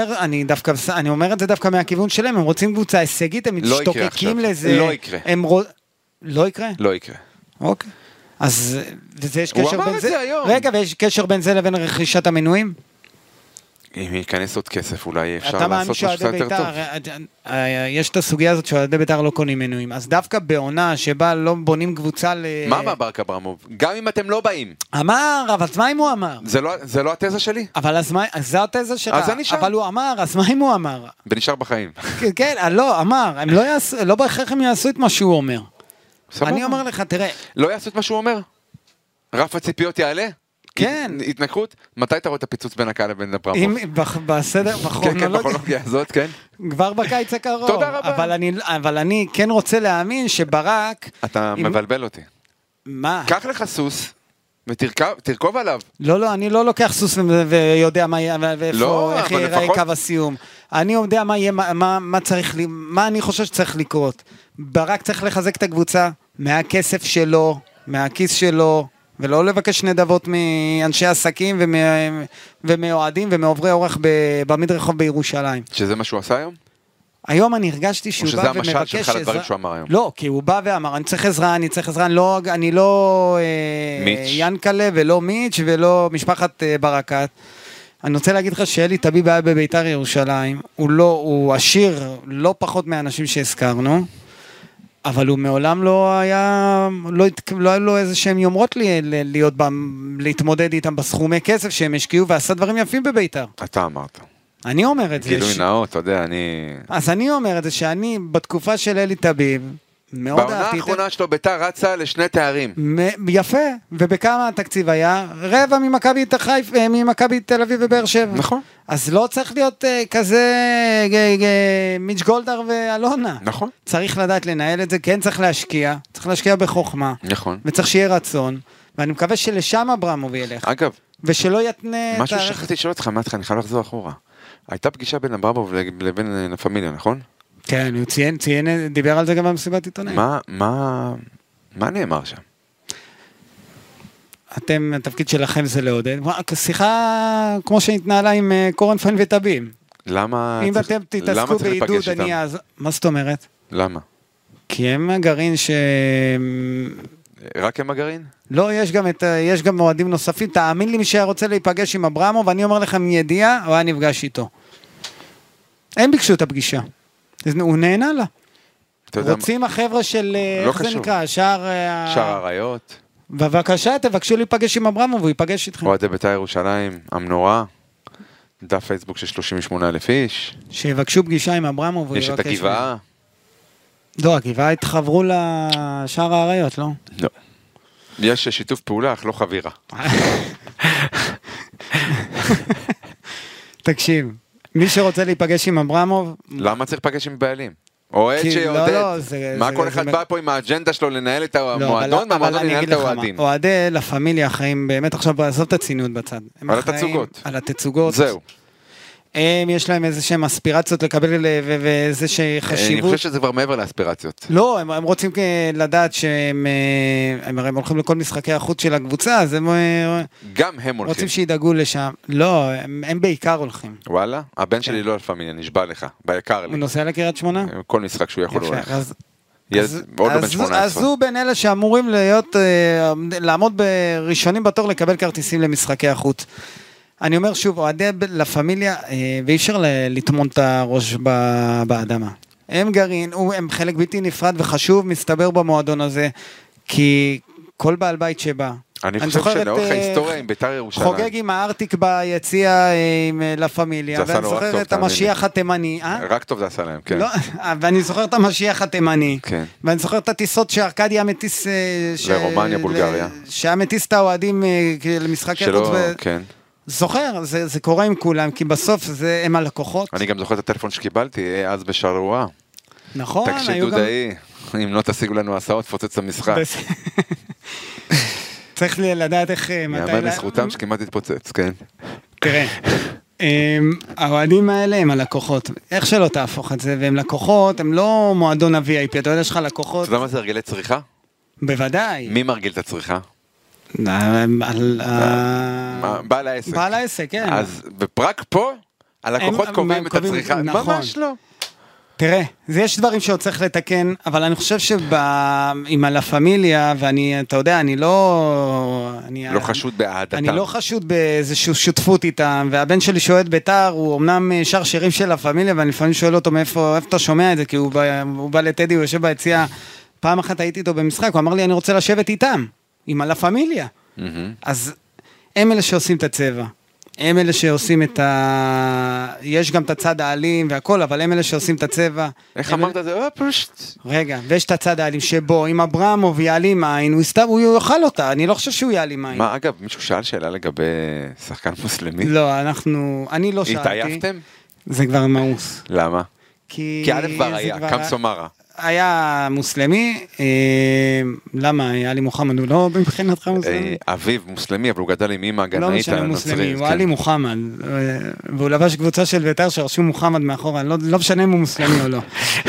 Speaker 1: אני אומר את זה דווקא מהכיוון שלהם, הם רוצים קבוצה הישגית, הם משתוקקים לזה.
Speaker 3: לא יקרה.
Speaker 1: לא יקרה?
Speaker 3: לא יקרה.
Speaker 1: אוקיי. אז יש
Speaker 3: הוא
Speaker 1: קשר
Speaker 3: אמר
Speaker 1: בין
Speaker 3: את
Speaker 1: זה?
Speaker 3: זה היום.
Speaker 1: רגע, ויש קשר בין זה לבין רכישת המנויים?
Speaker 3: אם ייכנס עוד כסף, אולי אפשר לעשות משהו יותר טוב.
Speaker 1: יש את הסוגיה הזאת שאוהדי בית"ר לא קונים מנויים, אז דווקא בעונה שבה לא בונים קבוצה
Speaker 3: מה אמר ברק אברמוב? גם אם אתם לא באים.
Speaker 1: אמר, אבל מה אם הוא אמר?
Speaker 3: זה לא התזה שלי?
Speaker 1: אבל אז זו התזה שלך.
Speaker 3: אז אני שם.
Speaker 1: אבל הוא אמר, אז מה אם הוא אמר?
Speaker 3: ונשאר בחיים.
Speaker 1: כן, לא, אמר, הם לא בהכרח הם יעשו את מה שהוא אומר. אני אומר לך, תראה.
Speaker 3: לא יעשו את מה שהוא אומר? רף הציפיות יעלה?
Speaker 1: כן.
Speaker 3: התנקרות? מתי אתה רואה את הפיצוץ בין הקהל לבין אברמוב?
Speaker 1: בסדר,
Speaker 3: בחרונולוגיה הזאת, כן.
Speaker 1: כבר בקיץ הקרוב.
Speaker 3: תודה רבה.
Speaker 1: אבל אני כן רוצה להאמין שברק...
Speaker 3: אתה מבלבל אותי.
Speaker 1: מה?
Speaker 3: קח לך סוס ותרכוב עליו.
Speaker 1: לא, אני לא לוקח סוס ויודע איך יראה קו הסיום. אני יודע מה אני חושב שצריך לקרות. ברק צריך לחזק את הקבוצה מהכסף שלו, מהכיס שלו, ולא לבקש נדבות מאנשי עסקים ומאוהדים ומעוברי אורח במדרחוב בירושלים.
Speaker 3: שזה מה שהוא עשה היום?
Speaker 1: היום אני הרגשתי שהוא בא ומבקש...
Speaker 3: או שזה המשל שלך לדברים שהוא אמר היום?
Speaker 1: לא, כי הוא בא ואמר, אני צריך עזרה, אני לא ינקלה ולא מיץ' ולא משפחת ברקת. אני רוצה להגיד לך שאלי טביב היה בביתר ירושלים, הוא עשיר לא פחות מהאנשים שהזכרנו, אבל הוא מעולם לא היה לו איזה שהם יומרות להתמודד איתם בסכומי כסף שהם השקיעו ועשה דברים יפים בביתר.
Speaker 3: אתה אמרת.
Speaker 1: אני אומר את זה.
Speaker 3: גילוי נאות, אתה יודע,
Speaker 1: אז אני אומר את זה שאני בתקופה של אלי טביב, מאוד אהבתי.
Speaker 3: בעונה האחרונה שלו ביתר רצה לשני תארים.
Speaker 1: יפה, ובכמה התקציב היה? רבע ממכבי תל אביב ובאר שבע.
Speaker 3: נכון.
Speaker 1: אז לא צריך להיות כזה מיץ' גולדהר ואלונה.
Speaker 3: נכון.
Speaker 1: צריך לדעת לנהל את זה, כן צריך להשקיע בחוכמה.
Speaker 3: נכון.
Speaker 1: וצריך שיהיה רצון, ואני מקווה שלשם אברמוב ילך.
Speaker 3: אגב.
Speaker 1: ושלא יתנה...
Speaker 3: משהו שכחתי לשאול אותך, אני חייב לחזור אחורה. הייתה פגישה בין אברמוב לבין הפמיליה, נכון?
Speaker 1: כן, הוא ציין, דיבר על זה גם במסיבת עיתונאים.
Speaker 3: מה נאמר שם?
Speaker 1: התפקיד שלכם זה לעודד. שיחה כמו שהתנהלה עם קורן פיין וטבים.
Speaker 3: למה?
Speaker 1: אם אתם תתעסקו בעידוד, אני אז... מה זאת אומרת?
Speaker 3: למה?
Speaker 1: כי הם הגרעין ש...
Speaker 3: רק הם הגרעין?
Speaker 1: לא, יש גם מועדים נוספים. תאמין לי מי שרוצה להיפגש עם אברמוב, ואני אומר לכם ידיעה, הוא היה נפגש איתו. הם ביקשו את הפגישה. הוא נהנה לה. רוצים החבר'ה של...
Speaker 3: לא
Speaker 1: איך זה נקרא? שער
Speaker 3: הרעיות.
Speaker 1: בבקשה, תבקשו להיפגש עם אברמוב, הוא ייפגש איתכם.
Speaker 3: אוהדי בית"ר ירושלים, המנורה, דף פייסבוק של 38,000 איש.
Speaker 1: שיבקשו פגישה עם אברמוב.
Speaker 3: יש את הגבעה.
Speaker 1: לא, הגבעה התחברו לשער הרעיות, לא?
Speaker 3: לא. יש שיתוף פעולה, אך לא חבירה.
Speaker 1: תקשיב, מי שרוצה להיפגש עם אברמוב...
Speaker 3: למה צריך להיפגש עם בעלים? אוהד שיעודד. מה כל אחד בא פה עם האג'נדה שלו לנהל את המועדון, והמועדון לנהל את האוהדים.
Speaker 1: אוהדי לפמיליה אחראים באמת עכשיו, עזוב את הצינות בצד.
Speaker 3: על התצוגות.
Speaker 1: על התצוגות.
Speaker 3: זהו.
Speaker 1: יש להם איזה שהם אספירציות לקבל ואיזה חשיבות.
Speaker 3: אני חושב שזה כבר מעבר לאספירציות.
Speaker 1: לא, הם רוצים לדעת שהם הם הולכים לכל משחקי החוץ של הקבוצה, אז הם
Speaker 3: גם הם הולכים.
Speaker 1: רוצים שידאגו לשם. לא, הם בעיקר הולכים.
Speaker 3: וואלה? הבן שלי לא לפעמיה, נשבע לך, בעיקר לי.
Speaker 1: הוא נוסע לקריית שמונה?
Speaker 3: כל משחק שהוא יכול הולך.
Speaker 1: עוד לא בן 18. אז הוא בין אלה שאמורים לעמוד בראשונים בתור לקבל כרטיסים למשחקי החוץ. אני אומר שוב, אוהדי לפמיליה, ואי אפשר לטמון את הראש באדמה. הם גרעין, הם חלק בלתי נפרד וחשוב, מסתבר במועדון הזה, כי כל בעל בית שבא.
Speaker 3: אני חושב שלאורך ההיסטוריה עם בית"ר ירושלים.
Speaker 1: חוגג עם הארטיק ביציאה לפמיליה, ואני זוכר את המשיח התימני.
Speaker 3: רק טוב זה עשה להם, כן.
Speaker 1: ואני זוכר את המשיח התימני,
Speaker 3: כן.
Speaker 1: ואני זוכר את הטיסות שארקדי המטיס...
Speaker 3: לרומניה, בולגריה.
Speaker 1: שהיה מטיס את האוהדים למשחקי חוץ.
Speaker 3: כן.
Speaker 1: זוכר, זה קורה עם כולם, כי בסוף הם הלקוחות.
Speaker 3: אני גם זוכר את הטלפון שקיבלתי, אז בשרוע.
Speaker 1: נכון,
Speaker 3: תקשיב דודאי, אם לא תשיגו לנו הסעות, פוצץ את המשחק.
Speaker 1: צריך לדעת איך...
Speaker 3: יאמן לזכותם שכמעט התפוצץ, כן.
Speaker 1: תראה, האוהדים האלה הם הלקוחות. איך שלא תהפוך את זה, והם לקוחות, הם לא מועדון ה-VIP, אתה יודע שיש לך לקוחות...
Speaker 3: אתה יודע מה זה הרגלי צריכה?
Speaker 1: בוודאי.
Speaker 3: מי מרגיל את הצריכה? בעל העסק.
Speaker 1: בעל העסק, כן.
Speaker 3: אז בפרק פה, הלקוחות קובעים את הצריכה. ממש לא.
Speaker 1: תראה, יש דברים שעוד צריך לתקן, אבל אני חושב עם הלה פמיליה, ואני, אתה יודע, אני לא
Speaker 3: חשוד באהדתם.
Speaker 1: אני לא חשוד באיזושהי שותפות איתם, והבן שלי שואל בית"ר, הוא אמנם שר שירים של לה פמיליה, ואני לפעמים שואל אותו מאיפה אתה שומע את זה, כי הוא בא לטדי, הוא יושב ביציאה, פעם אחת הייתי איתו במשחק, הוא אמר לי, אני רוצה לשבת איתם, עם הלה פמיליה. אז הם אלה שעושים את הצבע. הם אלה שעושים יש גם את הצד האלים והכל, אבל הם אלה שעושים את הצבע.
Speaker 3: איך אמרת את זה? פשוט.
Speaker 1: רגע, ויש את הצד האלים שבו, אם אברמוב יעלים מים, הוא יאכל אותה, אני לא חושב שהוא יעלים מים.
Speaker 3: מה, אגב, מישהו שאל שאלה לגבי שחקן מוסלמי?
Speaker 1: לא, אני לא שאלתי.
Speaker 3: התעייפתם?
Speaker 1: זה כבר מאוס.
Speaker 3: למה?
Speaker 1: כי
Speaker 3: א' כבר היה, קם סומרה.
Speaker 1: היה מוסלמי, למה? היה לי מוחמד, הוא לא מבחינתך מוסלמי?
Speaker 3: אביו מוסלמי, אבל הוא גדל עם אמא גנאית.
Speaker 1: לא משנה מוסלמי, הוא היה לי מוחמד, והוא לבש קבוצה של בית"ר שרשום מוחמד מאחורה, לא משנה אם הוא מוסלמי או לא.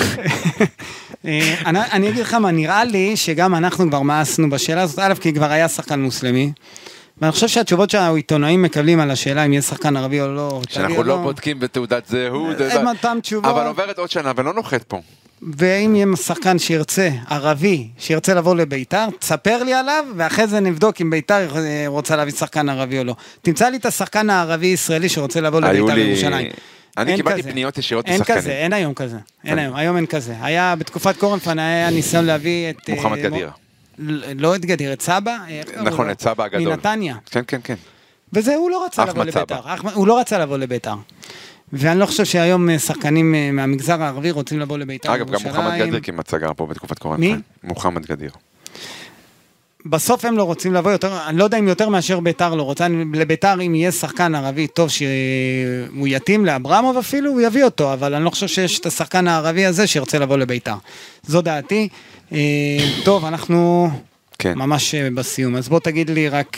Speaker 1: אני אגיד לך מה, נראה לי שגם אנחנו כבר מאסנו בשאלה הזאת, א', כי כבר היה שחקן מוסלמי, ואני חושב שהתשובות שהעיתונאים מקבלים על השאלה אם יש שחקן ערבי או לא,
Speaker 3: שאנחנו לא בודקים בתעודת זהות, אבל עוברת עוד שנה ולא נוחת פה.
Speaker 1: ואם יהיה שחקן שירצה, ערבי, שירצה לבוא לביתר, תספר לי עליו, ואחרי זה נבדוק אם ביתר רוצה להביא שחקן ערבי או לא. תמצא לי את השחקן הערבי-ישראלי שרוצה לבוא לביתר ירושלים.
Speaker 3: אני קיבלתי פניות ישירות משחקנים.
Speaker 1: אין כזה, אין היום כזה. היום אין כזה. היה בתקופת קורנפלד, היה ניסיון להביא את...
Speaker 3: מוחמד גדיר.
Speaker 1: לא את גדיר, את סבא.
Speaker 3: נכון, את סבא הגדול.
Speaker 1: מנתניה.
Speaker 3: כן, כן, כן.
Speaker 1: וזה, הוא לא רצה לבוא לביתר. הוא לא רצה לבוא לביתר. ואני לא חושב שהיום שחקנים מהמגזר הערבי רוצים לבוא לביתר
Speaker 3: ירושלים. אגב, גם מוחמד גדיר כמעט סגר פה בתקופת קורנפלד.
Speaker 1: מי?
Speaker 3: מוחמד גדיר.
Speaker 1: בסוף הם לא רוצים לבוא יותר, אני לא יודע אם יותר מאשר ביתר לא רוצה, לביתר אם יהיה שחקן ערבי טוב שהוא יתאים לאברמוב אפילו, הוא יביא אותו, אבל אני לא חושב שיש את השחקן הערבי הזה שירצה לבוא לביתר. זו דעתי. טוב, אנחנו ממש בסיום, אז בוא תגיד לי רק,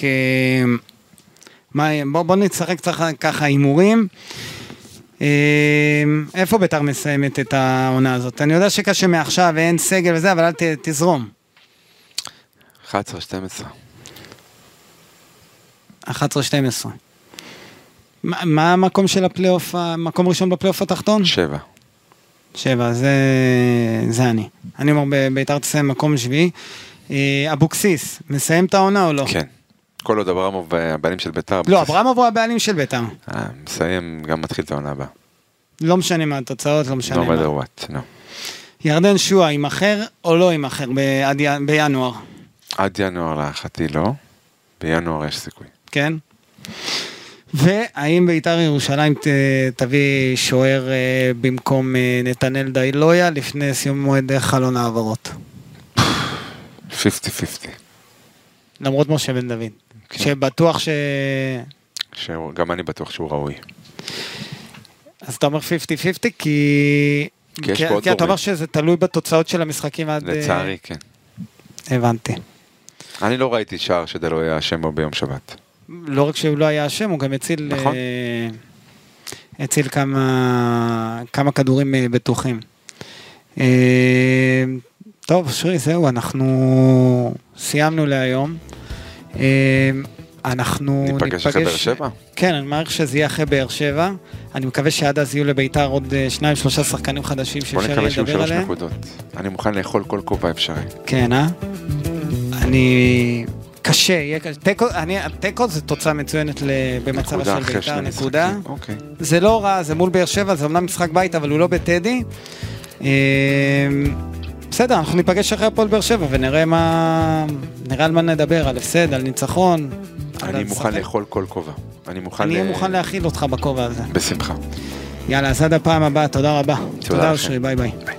Speaker 1: בוא נצחק ככה הימורים. איפה ביתר מסיימת את העונה הזאת? אני יודע שקשה מעכשיו ואין סגל וזה, אבל אל תזרום.
Speaker 3: 11-12.
Speaker 1: 11-12. מה המקום של הפלייאוף, המקום ראשון בפלייאוף התחתון? 7, זה אני. אני אומר ביתר תסיים מקום שביעי. אבוקסיס, מסיים את העונה או לא?
Speaker 3: כן. כל עוד אברמוב הבעלים של ביתר.
Speaker 1: לא, אברמוב הוא הבעלים של ביתר.
Speaker 3: מסיים, גם מתחיל את העונה הבאה.
Speaker 1: לא משנה מה התוצאות, לא משנה מה.
Speaker 3: לא מדרוות, לא.
Speaker 1: ירדן שואה, ימחר או לא ימחר בינואר?
Speaker 3: עד ינואר להערכתי לא, בינואר יש סיכוי.
Speaker 1: כן? והאם ביתר ירושלים תביא שוער במקום נתנאל דיילויה לפני סיום מועד חלון העברות?
Speaker 3: 50-50.
Speaker 1: למרות משה בן דוד. שבטוח
Speaker 3: גם אני בטוח שהוא ראוי.
Speaker 1: אז אתה אומר 50-50 כי אתה אומר שזה תלוי בתוצאות של המשחקים עד...
Speaker 3: לצערי, כן.
Speaker 1: הבנתי.
Speaker 3: אני לא ראיתי שער שדלו היה אשם בו ביום שבת.
Speaker 1: לא רק שהוא לא היה אשם, הוא גם הציל...
Speaker 3: נכון.
Speaker 1: הציל כמה כדורים בטוחים. טוב, שרי, זהו, אנחנו סיימנו להיום. אנחנו
Speaker 3: ניפגש אחרי באר שבע?
Speaker 1: כן, אני מעריך שזה יהיה אחרי באר שבע. אני מקווה שעד אז יהיו לביתר עוד 2-3 שחקנים חדשים שאפשר לדבר עליהם.
Speaker 3: בוא נקווה שיהיו 3 נקודות. אני מוכן לאכול כל כובע אפשרי.
Speaker 1: כן, אני... קשה, תיקו זה תוצאה מצוינת במצב של ביתר, נקודה. זה לא רע, זה מול באר שבע, זה אומנם משחק בית, אבל הוא לא בטדי. בסדר, אנחנו ניפגש אחרי הפועל באר שבע, ונראה על מה נדבר, על הפסד, על ניצחון.
Speaker 3: אני מוכן לאכול כל כובע. אני
Speaker 1: אהיה מוכן להכיל אותך בכובע הזה.
Speaker 3: בשמחה.
Speaker 1: יאללה, אז עד הפעם הבאה, תודה רבה. תודה אושרי, ביי ביי.